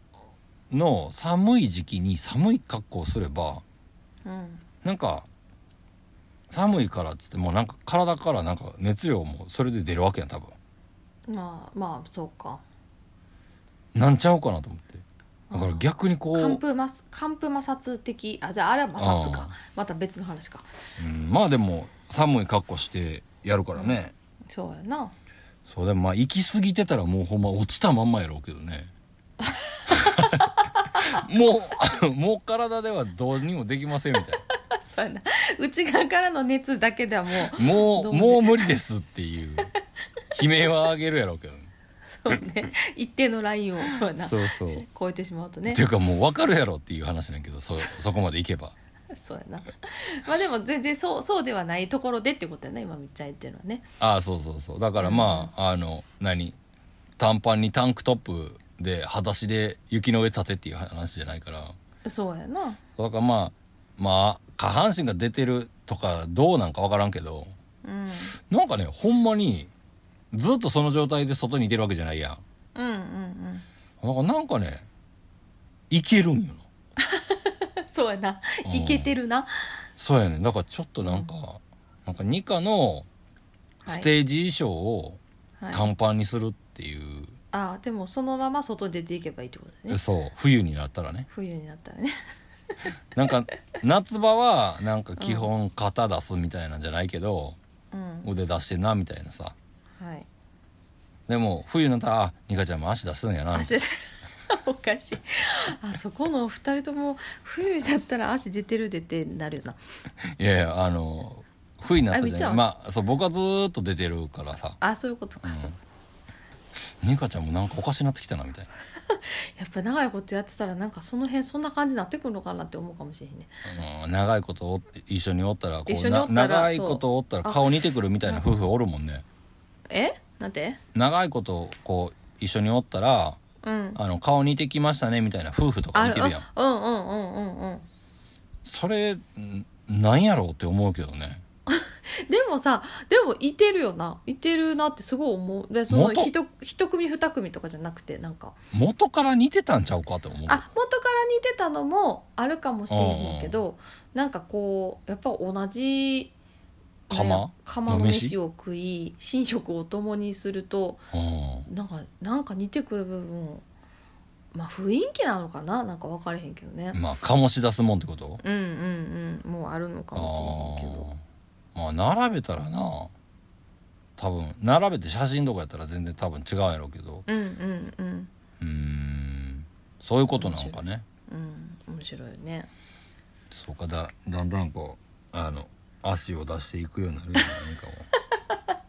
の寒い時期に寒い格好をすれば、うん、なんか寒いからっつってもうなんか体からなんか熱量もそれで出るわけやん多分。 まあまあそうかなんちゃうかなと思って。だから逆にこう寒風摩寒風摩擦的あじゃああれは摩擦かまた別の話か、 うん、まあでも寒い格好してやるからね、 うん、そうやな。 そうでもまあ行き過ぎてたらもうほんま落ちたまんまやろうけどねもうもう体ではどうにもできませんみたいなそうやな内側からの熱だけではもうもうもう無理ですっていう悲鳴はあげるやろうけどねそうね一定のラインをそうやなそうそう超えてしまうとねっていうかもう分かるやろっていう話なんやけど そ, そこまでいけばそうやなまあでも全然そうそうではないところでってことやね今みっちゃん言ってるのはね。 ああそうそうそうだからまあ、うん、あの何短パンにタンクトップで裸足で雪の上立てっていう話じゃないからそうやな。 だからまあまあ下半身が出てるとかどうなんか分からんけど、うん、なんかねほんまにずっとその状態で外に出るわけじゃないやん。うんうんうん。だからなんかねいけるんよなそうやな、いけてるな、うん、 そうやねだからちょっとなんか、うん、なんかニカのステージ衣装を短パンにするっていう、はいはい、 ああでもそのまま外に出ていけばいいってことだね。 そう冬になったらね冬になったらねなんか夏場はなんか基本肩出すみたいなんじゃないけど、うん、腕出してんなみたいなさ、はい、でも冬になったらあニカちゃんも足出すんやな足出すおかしいあそこのふたりとも冬だったら足出てる出てなるよな。 いやいやあの冬になったじゃんまあそう僕はずーっと出てるからさあそういうことか、 うん、ニカちゃんもなんかおかしなってきたなみたいなやっぱ長いことやってたらなんかその辺そんな感じになってくるのかなって思うかもしれへんね、 うん、長いことお一緒におったらこうな長いことおったら顔似てくるみたいな夫婦おるもんね。 えなんて長いことこう一緒におったら、うん、あの顔似てきましたねみたいな夫婦とか似てるやん。 うんうんうんうんうんそれなんやろうって思うけどねでもさでもいてるよないてるなってすごい思う。でその一一組二組とかじゃなくてなんか元から似てたんちゃうかって思う。 あ元から似てたのもあるかもしれへんけどなんかこうやっぱ同じ釜釜の飯を食い寝食を共にするとなんかなんか似てくる部分まあ雰囲気なのかななんか分かれへんけどね。 まあ醸し出すもんってこと。 うんうんうんもうあるのかもしれへんけどまあ並べたらな多分並べて写真とかやったら全然多分違うんやろうけどうんうんうんうーんそういうことなのかね。 うん面白いよね。 そうかだだんだんこうあの足を出していくようになるよ何かも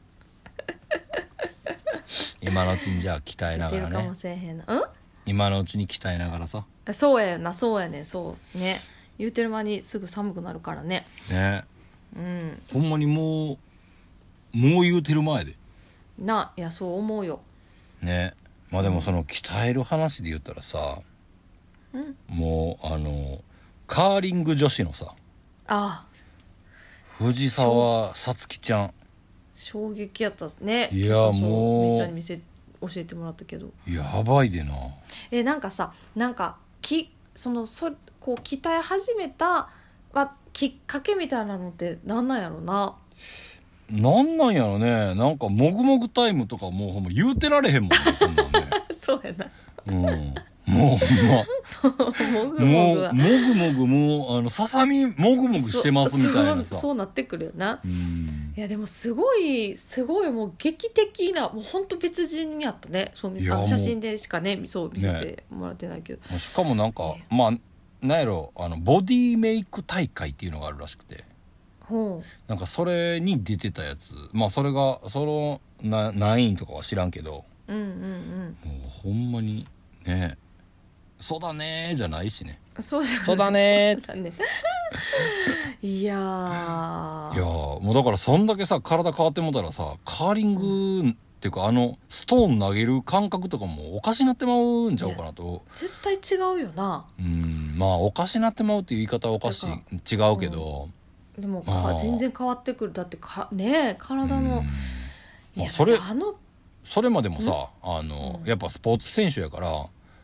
今のうちにじゃあ鍛えながらねかもせえへんな、うん、 今のうちに鍛えながらさそうやなそうやねそうね言うてる間にすぐ寒くなるからねねうん、ほんまにもうもう言うてる前でないやそう思うよね。まあでもその鍛える話で言ったらさ、うん、もうあのカーリング女子のさあ藤沢さつきちゃん衝撃やったね。 いやもうみーちゃんに見せ教えてもらったけどやばいでなえなんかさなんかきそのそこう鍛え始めたはきっかけみたいなのってなんなんやろな。 なんなんやろね。なんかもぐもぐタイムとかもうほんま言うてられへんもんねこんなんねそうやなうんもうほんまもぐもぐはもぐもぐもうあのささみもぐもぐしてますみたいなさ そ, そ, そうなってくるよな。うんいやでもすごいすごいもう劇的なもうほんと別人やったね。そうあの写真でしかねそう見せてもらってないけど、 ね、しかもなんか、えー、まあなんやろあのボディメイク大会っていうのがあるらしくてほうなんかそれに出てたやつまあそれがそのな何位とかは知らんけどうんうんうんもうほんまにねそうだねじゃないしねそうじゃないそうだねいやーいやーもうだからそんだけさ体変わってもたらさカーリングっていうかあのストーン投げる感覚とかもおかしなってまうんちゃうかなと。 絶対違うよな。 うんまあおかしなってまうっていう言い方はおかしい違うけど、 うん、でも全然変わってくるだってかね体のいやそれあのそれまでもさあの、うん、やっぱスポーツ選手やから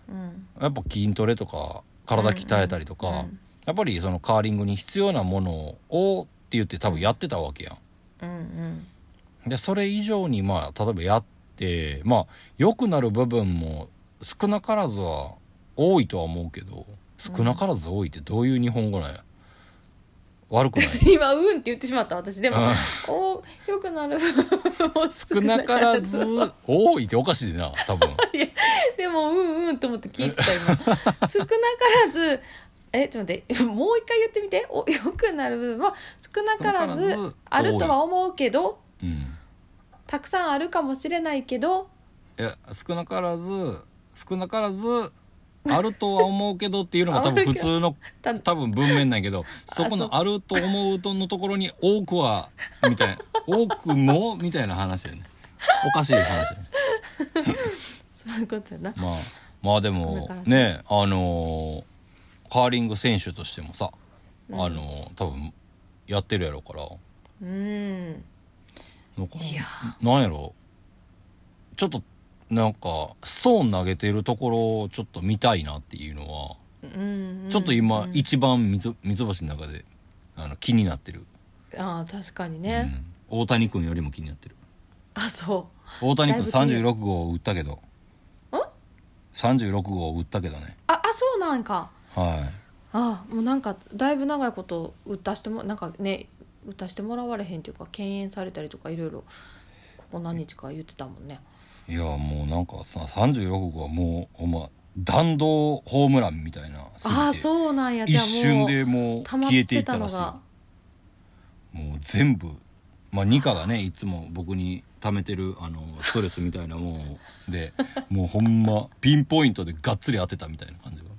うん、 やっぱ筋トレとか体鍛えたりとか、うんうんうん、やっぱりそのカーリングに必要なものをって言って多分やってたわけやん、うんうん、でそれ以上にまあ例えばやってまあ良くなる部分も少なからずは多いとは思うけど、少なからず多いってどういう日本語なんや、悪くない今うんって言ってしまった私でもおよくなる少なからず多いっておかしいな多分いやでもうんうんと思って聞いてた今少なからずえちょっと待ってもう一回言ってみて。およくなる部分は少なからずあるとは思うけど、うん、たくさんあるかもしれないけど、 いや少なからず少なからずあるとは思うけどっていうのが多分普通の多分文面なんやけど、そこのあると思うとのところに多くはみたいな多くもみたいな話やね。おかしい話やねそういうことやな。 まあまあでもね、あのー、カーリング選手としてもさ、うん、あのー、多分やってるやろから、うんなんかいやなんやろちょっとなんかストーン投げてるところをちょっと見たいなっていうのは、うんうんうん、ちょっと今一番三つ星の中であの気になってる。 ああ確かにね、 うん、大谷君よりも気になってる。 あそう大谷君さんじゅうろく号を打ったけどんさんじゅうろく号を打ったけどね。 ああそうなんか。 はい。 あもうなんかだいぶ長いこと打たしてもなんかね打たしてもらわれへんっていうか敬遠されたりとかいろいろここ何日か言ってたもんね。 いやもうなんかささんじゅうろく号はもうほんま弾道ホームランみたいな。 ああそうなんや。 一瞬でもう消えていったらしい。もう全部まあニカがねいつも僕に溜めてるあのストレスみたいなもんでもうほんまピンポイントでがっつり当てたみたいな感じが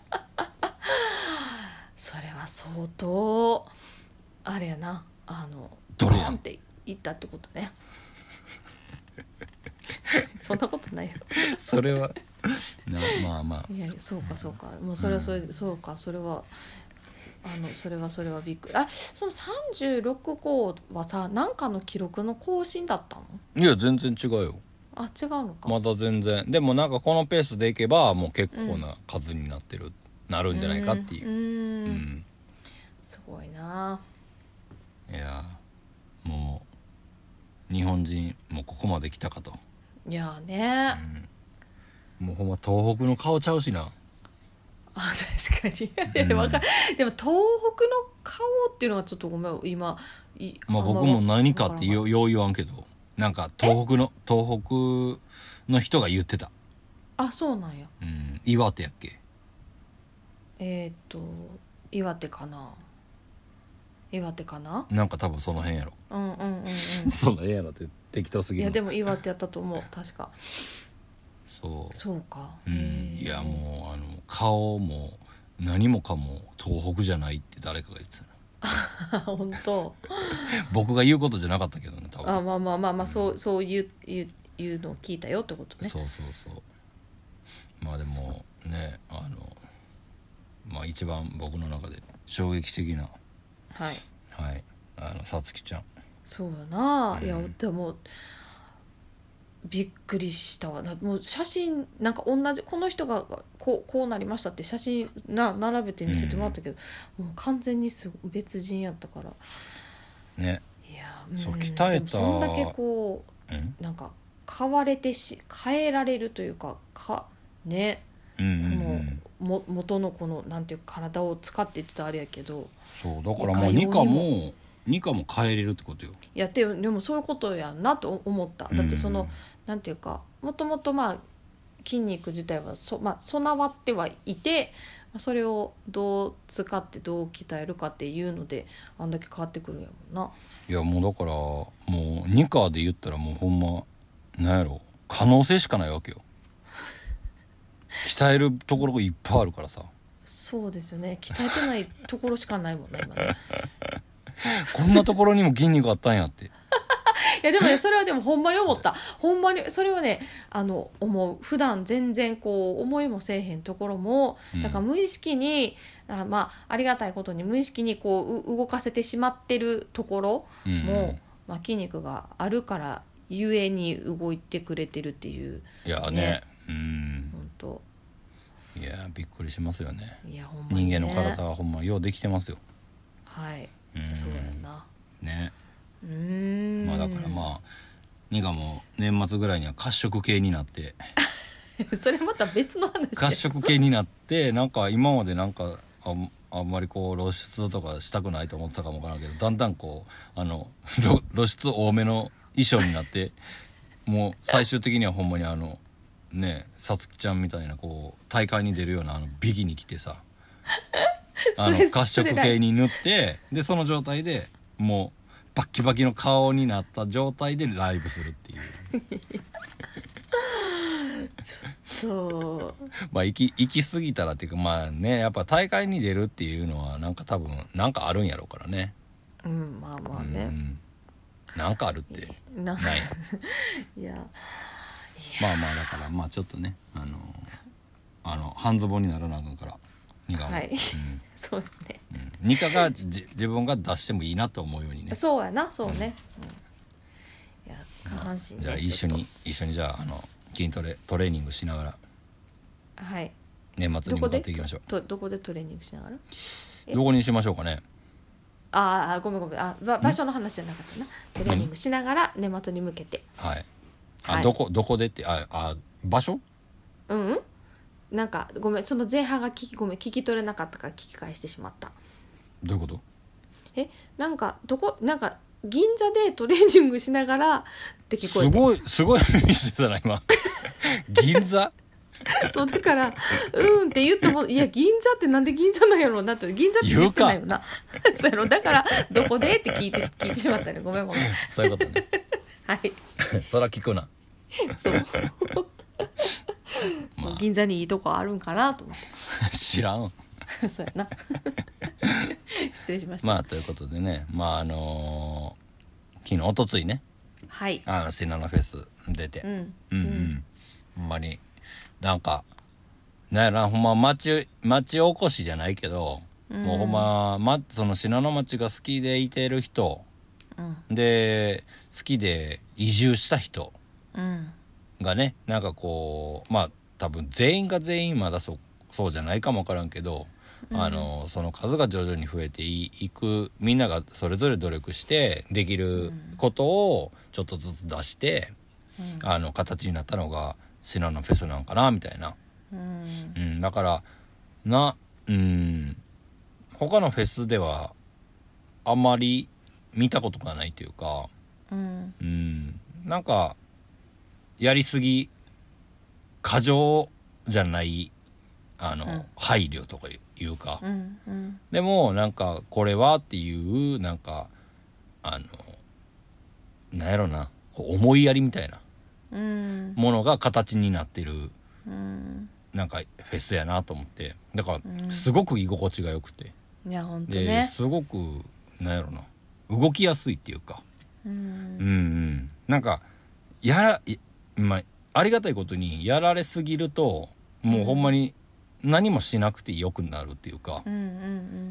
それは相当あれやなあのドレやんって言ったってことねそんなことないよそれはなまあまあいやそうかそうかもうそれはそれ、うん、そうかそれはあのそれはそれはびっくり。あそのさんじゅうろく号はさ何かの記録の更新だったの？ いや全然違うよ。 あ違うのか。 まだ全然でもなんかこのペースでいけばもう結構な数になってる、うん、なるんじゃないかっていう、うん、うん、 すごいな。 いやもう日本人もうここまで来たかと。 いやね、 うん、もうほんま東北の顔ちゃうしな。 あ確かに、うん、でも東北の顔っていうのはちょっとごめん今いまあ僕も何かってよう言わんけどなんか東北の東北の人が言ってた。 あそうなんや、 うん、岩手やっけ。 えー、っと岩手かな岩手かななんか多分その辺やろ。 うんうんうんうんそんなやろって適当すぎる。 いやでも岩手やったと思う確か。 そうそうか、 うん、いやもうあの顔も何もかも東北じゃないって誰かが言ってたな本当僕が言うことじゃなかったけどね多分。 あまあまあまあまあ、うん、そうそういういういうのを聞いたよってことね。 そうそうそうまあでもねあのまあ一番僕の中で衝撃的なはいはいあのさつきちゃんそうやな、うん、いやでもびっくりしたわ。もう写真なんか同じこの人がこう、こうなりましたって写真な並べて見せてもらったけど、うん、もう完全にす別人やったからね。 いや、 うん、そう鍛えたそんだけこう、 うん、 なんか変われてし変えられるというかかね、うんうんうん、このも元のこのなんていうか体を使って言ってたあれやけどそうだからもうニカもニカも変えれるってことよ。 いやでもそういうことやなと思った。だってその、うん、なんていうかもともとまあ筋肉自体はそ、まあ、備わってはいてそれをどう使ってどう鍛えるかっていうのであんだけ変わってくるんやもんな。 いやもうだからもうニカで言ったらもうほんまなんやろ可能性しかないわけよ鍛えるところがいっぱいあるからさ。 そうですよね鍛えてないところしかないもんね今ねこんなところにも筋肉あったんやっていやでもねそれはでもほんまに思ったほんまにそれはねあの思う。普段全然こう思いもせえへんところも、うん、だから無意識にあまあありがたいことに無意識にこう動かせてしまってるところも、うんまあ、筋肉があるからゆえに動いてくれてるっていう、 ね、いやねうん本当いやびっくりしますよね。 いやほんまに、ね、 人間の体はほんまようできてますよ。 はい、 うんそうやなね。 うーんまあだからまあニガも年末ぐらいには褐色系になってそれまた別の話褐色系になってなんか今までなんかあんあんまりこう露出とかしたくないと思ってたかもわからんけどだんだんこうあの露露出多めの衣装になってもう最終的にはほんまにあのねさつきちゃんみたいなこう大会に出るようなあのビキに着てさあの褐色系に塗ってでその状態でもうバッキバキの顔になった状態でライブするっていうちょっとまあ行き行き過ぎたらっていうかまあねやっぱ大会に出るっていうのはなんか多分なんかあるんやろうからね。 うんまあまあね、 うん、なんかあるってなないいやまあまあだからまあちょっとねあのあの半ズボンにならなあかんからニカも、 はい、 うん、 そうですね、 うん、ニカがじ自分が出してもいいなと思うようにね。 そうやなそうね、うん、いや下半身、ね、 じゃあ一緒に一緒にじゃああの筋トレトレーニングしながらはい年末に向かっていきましょう。 どこでとどこでトレーニングしながらどこにしましょうかね。 ああごめんごめんあば場所の話じゃなかったな。トレーニングしながら年末に向けてはいあ、 はいどこどこでってああ場所うん、うん、なんかごめんその前半が聞きごめん聞き取れなかったから聞き返してしまった。 どういうこと。 えなんかどこなんか銀座でトレーニングしながらって聞こえてすごいすごい耳してたな今銀座そうだからうんって言ってもいや銀座ってなんで銀座なんやろうなって銀座って言ってないよなそうやろだからどこでって聞いて聞いてしまったねごめんごめんそういうことねはいそら聞くなそうまあ銀座にいいとこあるんかなと思っ知らんてそうやな失礼しました、 まあということでねまああのー、昨日おとついねはいあのシナナフェス出て、 うんうんうんほんまになんかなんやろなほんま町町おこしじゃないけど、うん、もうほんま、ま、その信濃町が好きでいてる人、うん、で好きで移住した人がね、うん、なんかこうまあ多分全員が全員まだ そ, そうじゃないかもわからんけど、うん、あのその数が徐々に増えていくみんながそれぞれ努力してできることをちょっとずつ出して、うん、あの形になったのがシナノフェスなんかなみたいな、うんうん、だからなうん他のフェスではあまり見たことがないというか、うんうん、なんかやりすぎ過剰じゃないあの、うん、配慮とかいうか、うんうん、でもなんかこれはっていうなんかあのなんやろな思いやりみたいなものが形になってる、うん、なんかフェスやなと思ってだからすごく居心地が良くて、 うん、いや本当ねですごくなんやろな動きやすいっていうか、うん、うんうんなんかやら、まあ、ありがたいことにやられすぎるともうほんまに何もしなくてよくなるっていうか、うんうんうん、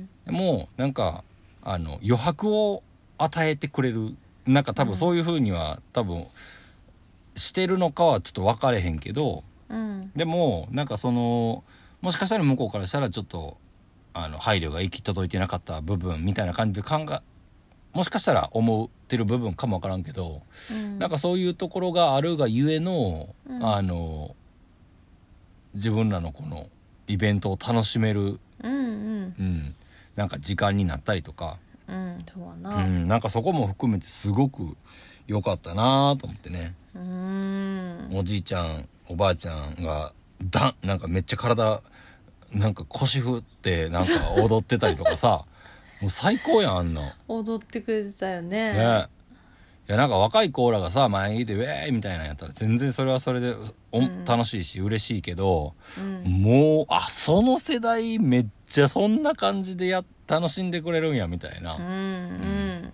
でもなんかあの余白を与えてくれるなんか多分そういう風には、うん、多分してるのかはちょっと分かれへんけど、うん、でもなんかそのもしかしたら向こうからしたらちょっとあの配慮が行き届いてなかった部分みたいな感じで考えもしかしたら思ってる部分かも分からんけど、うん、なんかそういうところがあるがゆえの、うん、あの自分らのこのイベントを楽しめる、うんうんうん、なんか時間になったりとか、 うんそうな、 うん、なんかそこも含めてすごく良かったなと思ってね。うーんおじいちゃんおばあちゃんがだなんかめっちゃ体なんか腰振ってなんか踊ってたりとかさもう最高やんあんの踊ってくれてたよね。 ねいやなんか若い子らがさ前にいてウェーイみたいなのやったら全然それはそれでお、うん、楽しいし嬉しいけど、うん、もうあその世代めっちゃそんな感じでや楽しんでくれるんやみたいな、うんうん、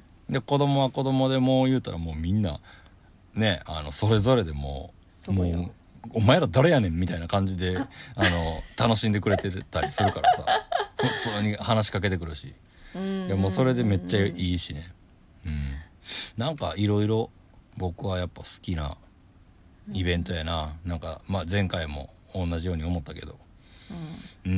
で子供は子供でもう言うたらもうみんなねあのそれぞれでもうもうお前ら誰やねんみたいな感じであの楽しんでくれてたりするからさ普通に話しかけてくるし、うん、いやもうそれでめっちゃいいしね、うん、なんかいろいろ僕はやっぱ好きなイベントやな、うん、なんかまあ前回も同じように思ったけどうん、うん、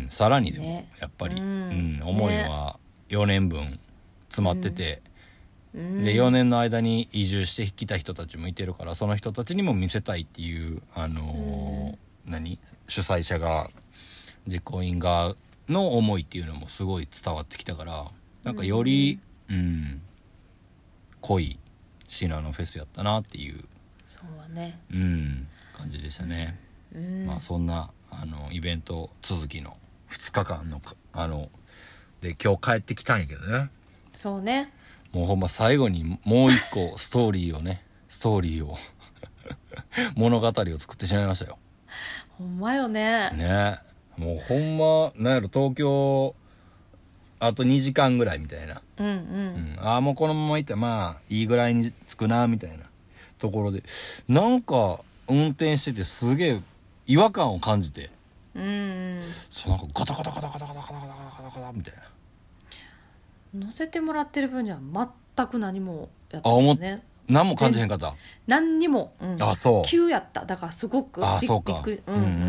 さらにでも、 ね、 やっぱり、 うんうん、思いはよねんぶん詰まってて、 うん、 でよねんの間に移住してきた人たちもいてるから、その人たちにも見せたいっていう、あのー、何主催者が実行委員側の思いっていうのもすごい伝わってきたから、なんかより、うん、うん、濃いシナノフェスやったなっていう、 そうはね、 うん、感じでしたね、 うん、 まあそんなあのイベント続きのふつかかんのあので今日帰ってきたんやけどね、 そうね、 もうほんま最後にもう一個ストーリーをねストーリーを物語を作ってしまいましたよ。 ほんまよね。 ね、もうほんまなんやろ、東京あとにじかんぐらいみたいな、 うんうん、 うん、ああもうこのまま行ったらまあいいぐらいに着くなみたいなところで、なんか運転しててすげえ違和感を感じて、 うんうん、 そうなんかガタガタガタガタガタガタガタガタガタみたいな、 乗せてもらってる分には全く何もやったけどね、 何も感じへんかった。 何にも、うん、 あそう急やった。だからすごくあそうか、 びっくり、うんうんうんうん、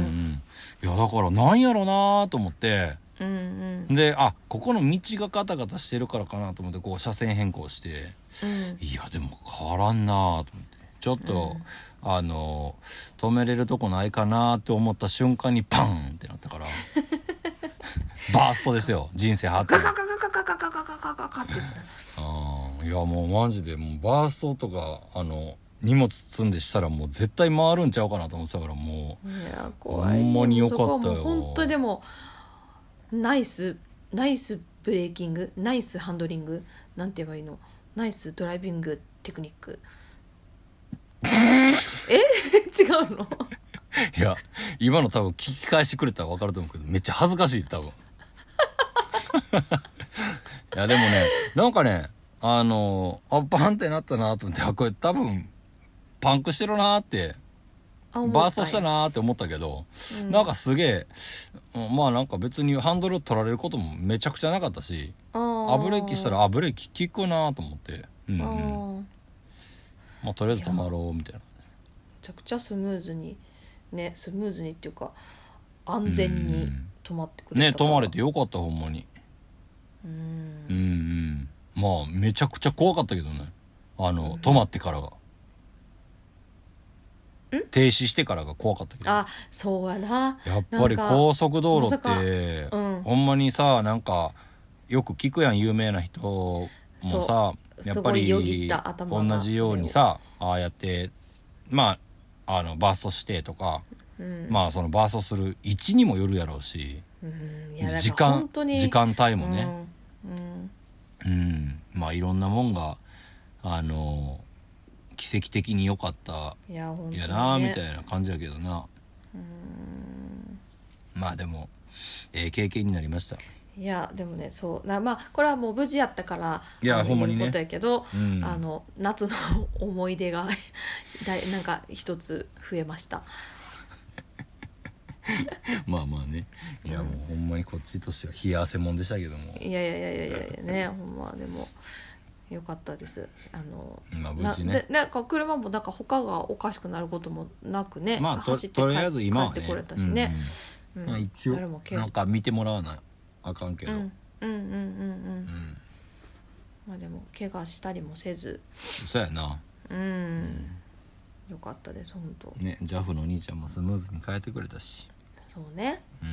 いやだからなんやろなと思って、 うんうん、 であここの道がガタガタしてるからかなと思ってこう車線変更して、うん、いやでも変わらんなと思ってちょっと、うん、あの止めれるとこないかなって思った瞬間にパンってなったからバーストですよ、人生初のガガガガガガガガガガガガガってですね。 あいやもうマジでもうバーストとかあの荷物積んでしたらもう絶対回るんちゃうかなと思ってたから、もういや怖い、 ほんまによかったよ。 もう本当でもナイスナイスブレーキング、ナイスハンドリング、なんて言えばいいの、ナイスドライビングテクニックえ違うのいや今の多分聞き返してくれたら分かると思うけどめっちゃ恥ずかしい多分いやでもねなんかねあのあパンってなったなと思って、あこれ多分パンクしてるなってバーストしたなって思ったけど、うん、なんかすげえまあなんか別にハンドル取られることもめちゃくちゃなかったし、あブレーキしたらあブレーキ効くなと思って、うんうん、まあとりあえず止まろうみたいな、めちゃくちゃスムーズにね、スムーズにっていうか安全に止まってくれたね、止まれてよかったほんまに。うんうんうんまあめちゃくちゃ怖かったけどね、あの、うん、止まってからが停止してからが怖かったけど、 あそうやな、 やっぱり高速道路って、うん、ほんまにさなんかよく聞くやん有名な人もさやっぱり同じようにさああやってまああのバーストしてとか、うん、まあそのバーストする位置にもよるやろうし、うん、いや時間時間帯もね、うんうん、まあいろんなもんがあの奇跡的に良かったいや、本当にね、 やなみたいな感じやけどな。うーんまあでもええ経験になりました。 いやでもねそうな、まあこれはもう無事やったからいやほんまにねことやけど、うん、あの夏の思い出がなんか一つ増えましたまあまあね、いやもうほんまにこっちとしては冷や汗もんでしたけども、 いやいやいやいやいやねほんまでもよかったです。あの、 まあ、無事ね。 ななんか車もなんか他がおかしくなることもなくね、 まあ、走って帰ってこれたしね。 うんうんまあ、一応なんか見てもらわなあかんけど。うんうんうんうんうん。うん、 まあでも怪我したりもせず。 そうやな。 うん。うん、よかったです本当。 ね、ジャフの兄ちゃんもスムーズに変えてくれたし。 そうね。 うん。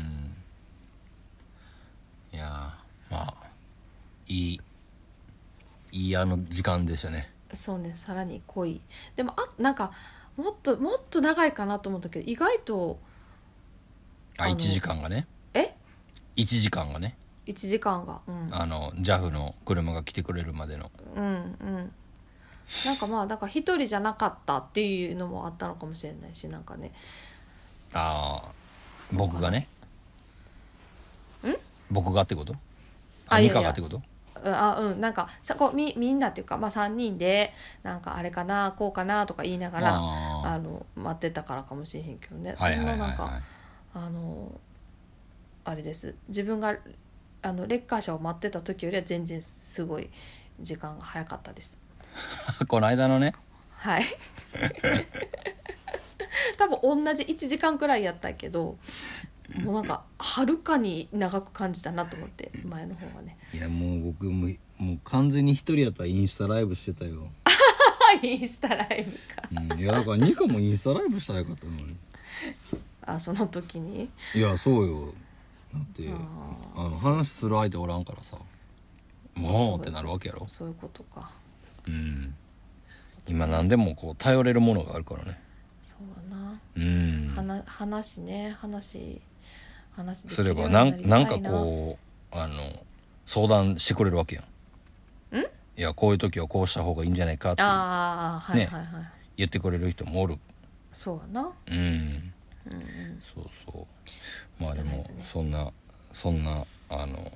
いやまあいい。いいあの時間でしたね。 そうね、さらに濃い。でもあなんかもっともっと長いかなと思ったけど意外とあいちじかんがねえいちじかんがねいちじかんが、うん、 あの ジャフ の車が来てくれるまでのうんうんなんかまあだから一人じゃなかったっていうのもあったのかもしれないし、なんかねああ僕がねん僕がってことあニカがってことあうんなんかさこう み, みんなっていうか、まあ、さんにんでなんかあれかなこうかなとか言いながら あ, あの待ってたからかもしれへんけどね、そんななんかあのあれです自分があのレッカー車を待ってた時よりは全然すごい時間が早かったですこの間のねはい多分同じいちじかんくらいやったけどもうなんかはるかに長く感じたなと思って前の方はね。 いやもう僕ももう完全に一人やったらインスタライブしてたよ。 インスタライブか、 うん、いやだからニカもインスタライブしたらよかったのに。 あその時にいやそうよ。だってああの話する相手おらんからさもうってなるわけやろ。 そういうことか。 うん今何でもこう頼れるものがあるからね。 そうだな、 うん話話ね話話できすれるようばなんなんになりたいな。 かこうあの相談してくれるわけやん。 んいやこういう時はこうした方がいいんじゃないかってああはいはいはい、 言ってくれる人もおる。 そうだな。 うんうんうん、 そうそうまあでもインスタライブねそんなそんなあの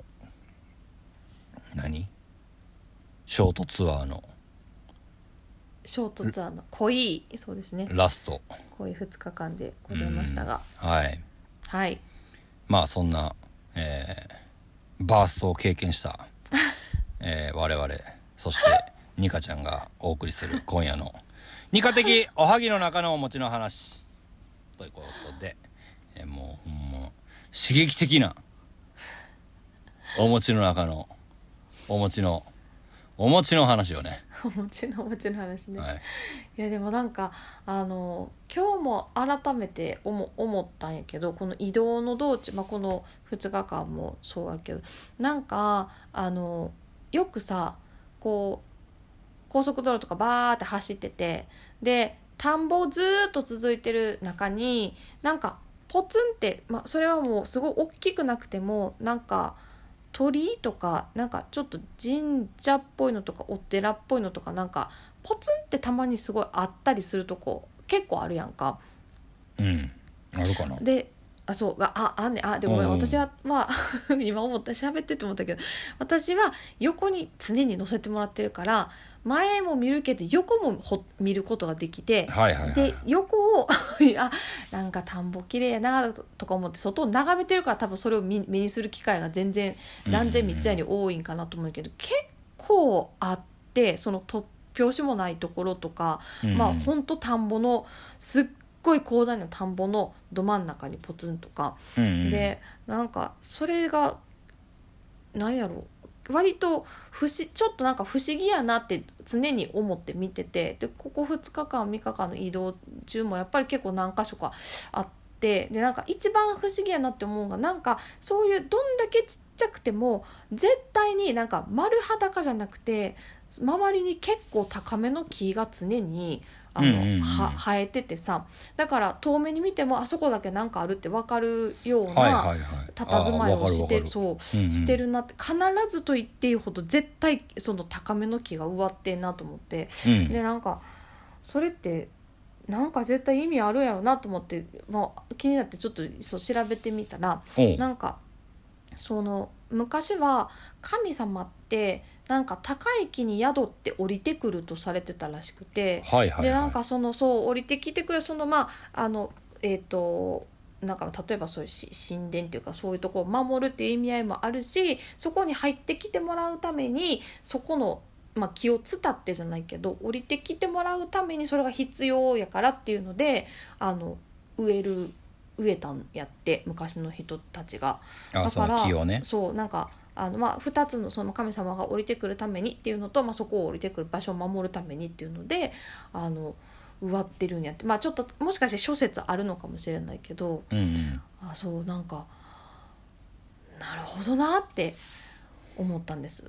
何ショートツアーのショートツアーの濃いそうですねラスト濃いふつかかんでございましたが、 はいはいまあそんな、えー、バーストを経験した、えー、我々そしてニカちゃんがお送りする今夜のニカ的おはぎの中のお餅の話ということで、えー、もうほんま刺激的なお餅の中のお餅のお餅の話をね。 お餅のお餅の話ね、 はい、 いやでもなんかあの今日も改めて思思ったんやけどこの移動の道中、まあ、このふつかかんもそうやけどなんかあのよくさこう高速道路とかバーって走っててで田んぼずーっと続いてる中になんかポツンって、まあ、それはもうすごい大きくなくてもなんか鳥居とかなんかちょっと神社っぽいのとかお寺っぽいのとかなんかポツンってたまにすごいあったりするとこ結構あるやんか。 うんあるかな。 であそうああんねあでもごめんうん私はまあ今思った喋ってって思ったけど私は横に常に乗せてもらってるから前も見るけど横もほ見ることができて、 はいはいはい、 で横をあなんか田んぼ綺麗やなとか思って外を眺めてるから多分それを見目にする機会が全然何千みっちゃいに多いんかなと思うけど、結構あってその突拍子もないところとか、 うん、 まあほんと田んぼのすっごい広大な田んぼのど真ん中にポツンとか、 うんうん、 でなんかそれが何やろう割と不思ちょっとなんか不思議やなって常に思って見ててでここふつかかんみっかかんの移動中もやっぱり結構何か所かあってでなんか一番不思議やなって思うのがなんかそういうどんだけちっちゃくても絶対になんか丸裸じゃなくて周りに結構高めの木が常にあの、うんうんうん、は生えててさだから遠目に見てもあそこだけなんかあるって分かるような佇まいをして、そう、うんうん、してるなって必ずと言っていいほど絶対その高めの木が植わってんなと思って、うん、でなんかそれってなんか絶対意味あるやろなと思って、まあ、気になってちょっとそう調べてみたらなんかその昔は神様ってなんか高い木に宿って降りてくるとされてたらしくて、 はいはいはい、 でなんかそのそう降りてきてくるそのまああのえっ、ー、となんか例えばそういう神殿っていうかそういうところを守るっていう意味合いもあるしそこに入ってきてもらうためにそこの、まあ、木を伝ってじゃないけど降りてきてもらうためにそれが必要やからっていうのであの植える植えたんやって昔の人たちが。だからその木をねそうなんかあのまあ、ふたつのその神様が降りてくるためにっていうのと、まあ、そこを降りてくる場所を守るためにっていうのであの植わってるんやって、まあ、ちょっともしかして諸説あるのかもしれないけど、 うんうん、 あそうなんかなるほどなって思ったんです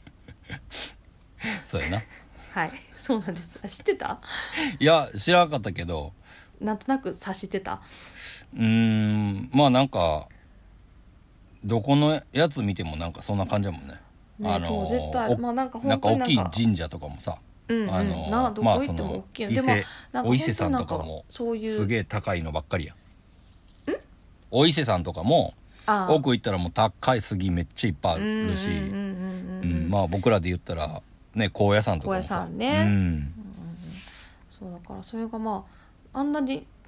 そうやなはいそうなんです。知ってた？ いや知らなかったけどなんとなく察してた。 うーんまあなんかどこのやつ見てもなんかそんな感じだもんね。 ね、 あのそう絶対まあなんか本当になんか大きい神社とかもさ、 うんうん、 あのなどこ行っても大きいの、 まあ、 でもなんかお伊勢さんとかもそういうすげえ高いのばっかりやん。お伊勢さんとかも奥行ったらもう高い杉めっちゃいっぱいあるし、まあ僕らで言ったらね高野山とかもさ、 高野山ね、 うんうん、そうだからそれがまああんなに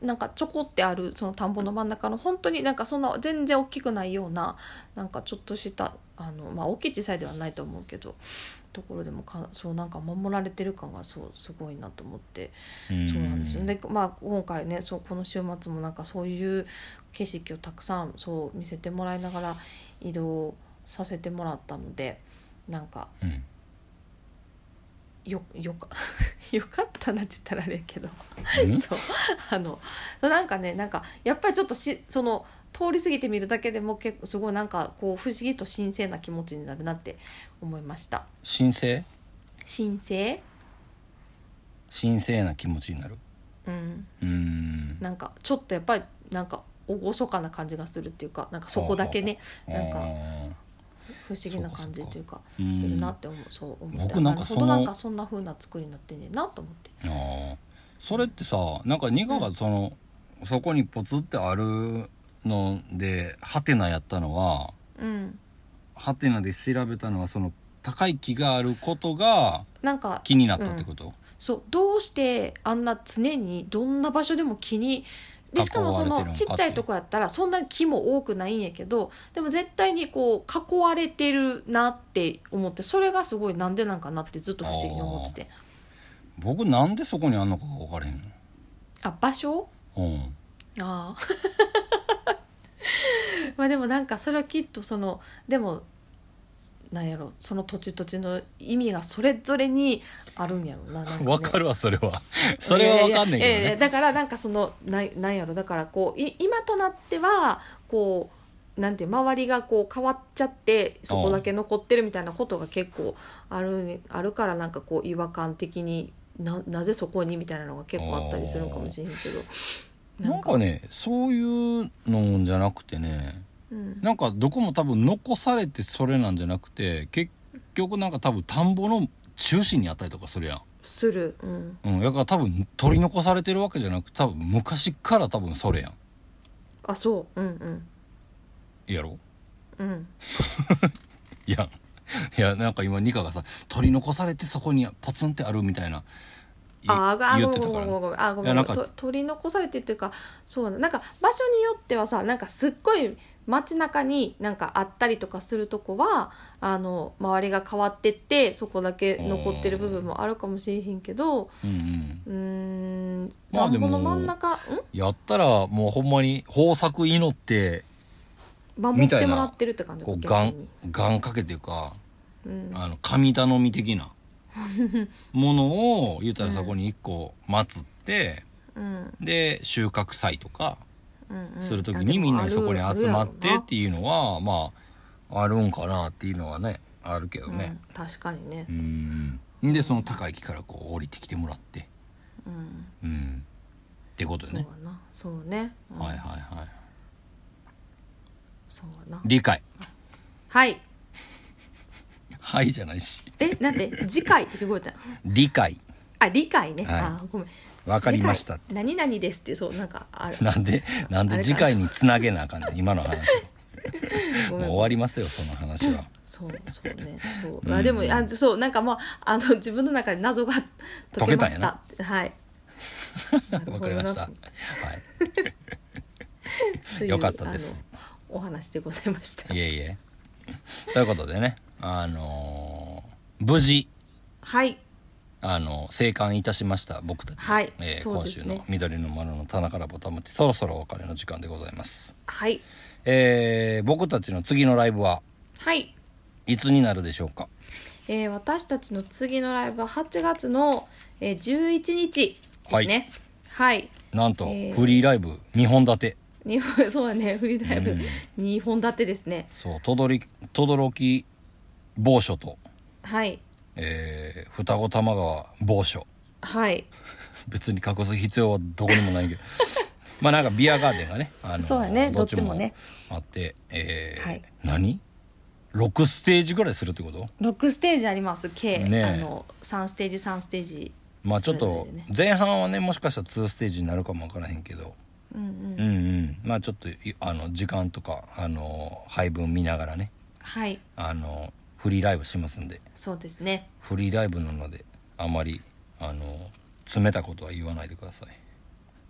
なんかちょこってあるその田んぼの真ん中の本当になんかそんな全然大きくないようななんかちょっとしたあのまあ大きい小さいではないと思うけどところでもかそうなんか守られてる感がそうすごいなと思って、 うんそうなんですよで、まあ、今回ねそうこの週末もなんかそういう景色をたくさんそう見せてもらいながら移動させてもらったのでなんか、 うんよ, よ, かよかったなって言ったらあれやけどうんそうあのなんかねなんかやっぱりちょっとしその通り過ぎてみるだけでも結構すごいなんかこう不思議と神聖な気持ちになるなって思いました。 神聖神聖神聖な気持ちになる。 うんうーんなんかちょっとやっぱりなんか厳かな感じがするっていうかなんかそこだけねなんか不思議な感じというかするなって思うそう思って僕なんかそのなるほどなんかそんな風な作りになってんねんなと思って。 あそれってさなんかニカがその、うん、そこにポツってあるのでハテナやったのは、 うん、 ハテナで調べたのはその高い木があることがなんか気になったってこと、うん、 そうどうしてあんな常にどんな場所でも木にでしかもそのちっちゃいとこやったらそんなに木も多くないんやけどでも絶対にこう囲われてるなって思ってそれがすごいなんでなんかなってずっと不思議に思ってて僕なんでそこにあんのかが分からへんのあ場所うんあまあでもなんかそれはきっとそのでもなんやろその土地土地の意味がそれぞれにあるんやろな、 なんか、ね、 分かるわそれはそれは分かんないけどね、 いやいやいやだからなんかそのななんやろだからこうい今となってはこうなんていう周りがこう変わっちゃってそこだけ残ってるみたいなことが結構あるあるからなんかこう違和感的に な, なぜそこにみたいなのが結構あったりするかもしれへんけどなんか、なんかねそういうのじゃなくてねうん、 なんかどこも多分残されてそれなんじゃなくて結局なんか多分田んぼの中心にあったりとかするやんする、うんうん、だから多分取り残されてるわけじゃなくて多分昔から多分それやんあそううんうんやろうんいやいやなんか今ニカがさ取り残されてそこにポツンってあるみたいなああ言ってたからごめんごめんごめんあごめんごめんと取り残されてっていうかそうなんか場所によってはさなんかすっごい街中になんかあったりとかするとこはあの周りが変わってってそこだけ残ってる部分もあるかもしれへんけどうんうんうーんまあ田んぼの真ん中、んやったらもうほんまに豊作祈って守ってもらってるって感じこう願願掛けていうか、 うん、 あの神頼み的なものを言ったらそこに一個祀って、 うん、 で収穫祭とかうんうん、 する時にみんなそこに集まってっていうのはまああるんかなっていうのはねあるけどね、 うん、確かにねうんでその高い木からこう降りてきてもらってうん、 うん、ってことねそうなそうね、うん、 はいはいはいそうな理解はいはいじゃないしえなんて次回って聞こえた理解あ理解ね、 はい、 あごめんわかりました何々ですってそうなんかあるなんでなんで次回につなげなあかんねん今の話ごめんもう終わりますよその話はそうそうねそう、うん、あでもあそうなんかもうあの自分の中で謎が解けましたはいわかりましたはいよかったですお話でございましたいえいえということでねあのー、無事はいあの生還いたしました僕たち、 はいえーそうですね、 今週の緑の丸の棚からぼたもちそろそろお別れの時間でございますはい、 えー、僕たちの次のライブははいいつになるでしょうか、 えー、私たちの次のライブははちがつの、えー、じゅういちにちですねはい、はい、 なんと、 えー、 フリーライブにほん立てにほんそうだねフリーライブにほん立てですねそうとどりとどろき某所とはいえー、双子玉川某所はい別に隠す必要はどこにもないけどまあなんかビアガーデンがねあのそうだねどっちもどっちもねあってえーはい、 何ろくステージぐらいするってこと？ ろくステージあります計、 ね、 あのさんステージさんステージまあちょっと前半はねもしかしたらにステージになるかもわからへんけど、 うんうん、 うんうんまあちょっとあの時間とかあの配分見ながらねはいあのフリーライブしますんでそうですねフリーライブなのであまりあの詰めたことは言わないでください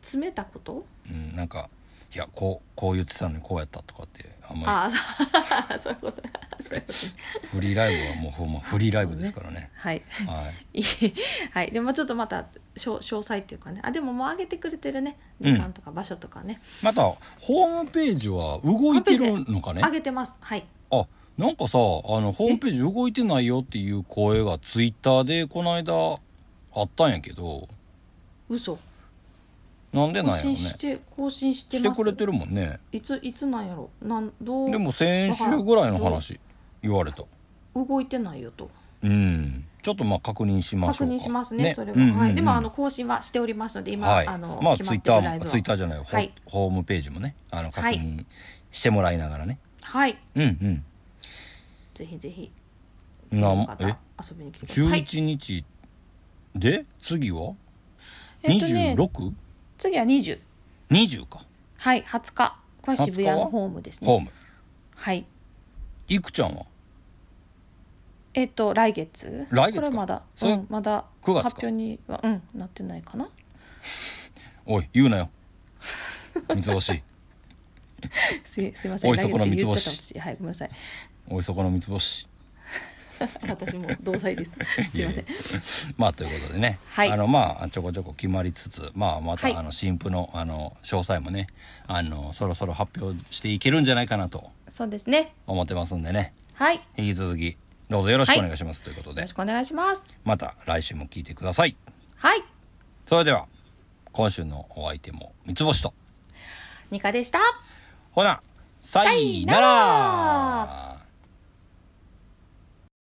詰めたこと？ うんなんかいやこうこう言ってたのにこうやったとかってあんまりああそういうことそういうことねフリーライブはもうほんまフリーライブですからね。 はいはいはいでもちょっとまた詳詳細っていうかねあでももう上げてくれてるね時間とか場所とかね、 またホームページは動いてるのかね。 上げてます。はいあなんかさあのホームページ動いてないよっていう声がツイッターでこの間あったんやけど嘘なんでなんやろね。 更新して更新してます。 してくれてるもんね。 いついつなんやろなんどうでも先週ぐらいの話言われた。 動いてないよとうんちょっとまあ確認しましょうか。 確認しますね、 ねそれは、 うんうんうんはい、でもあの更新はしておりますので今、 はい、 あのまあ決ツイッターまってるライブをもツイッターじゃない、 はいホームページもねあの確認してもらいながらね。 はいうんうんぜひぜひなよかったえ遊びに来てください。 じゅういちにちで次はえっとねにじゅうろく? 次はにじゅうにじゅうか。 はいはつかこれ渋谷のホームですね。 ホームはいいくちゃんはえっと来月来月かこれまだ、 それうん、まだくがつか発表にはうんなってないかな。 おい言うなよ三つ星すすいませんおいそこの三つ来月言っ星ちゃった私はいごめんなさいおいそこの三つ星私も同罪ですすいません。 まあということでね、 はいあのまあちょこちょこ決まりつつ、まあまた、 はいあの新婦のあの詳細もね、あのそろそろ発表していけるんじゃないかなとそうですね思ってますんでね、 はいよ引き続きどうぞよろしくお願いします、ということでろしくお願いします。 また来週も聞いてください。 はいそれでは今週のお相手も三つ星とニカでした。 ほなさいなら。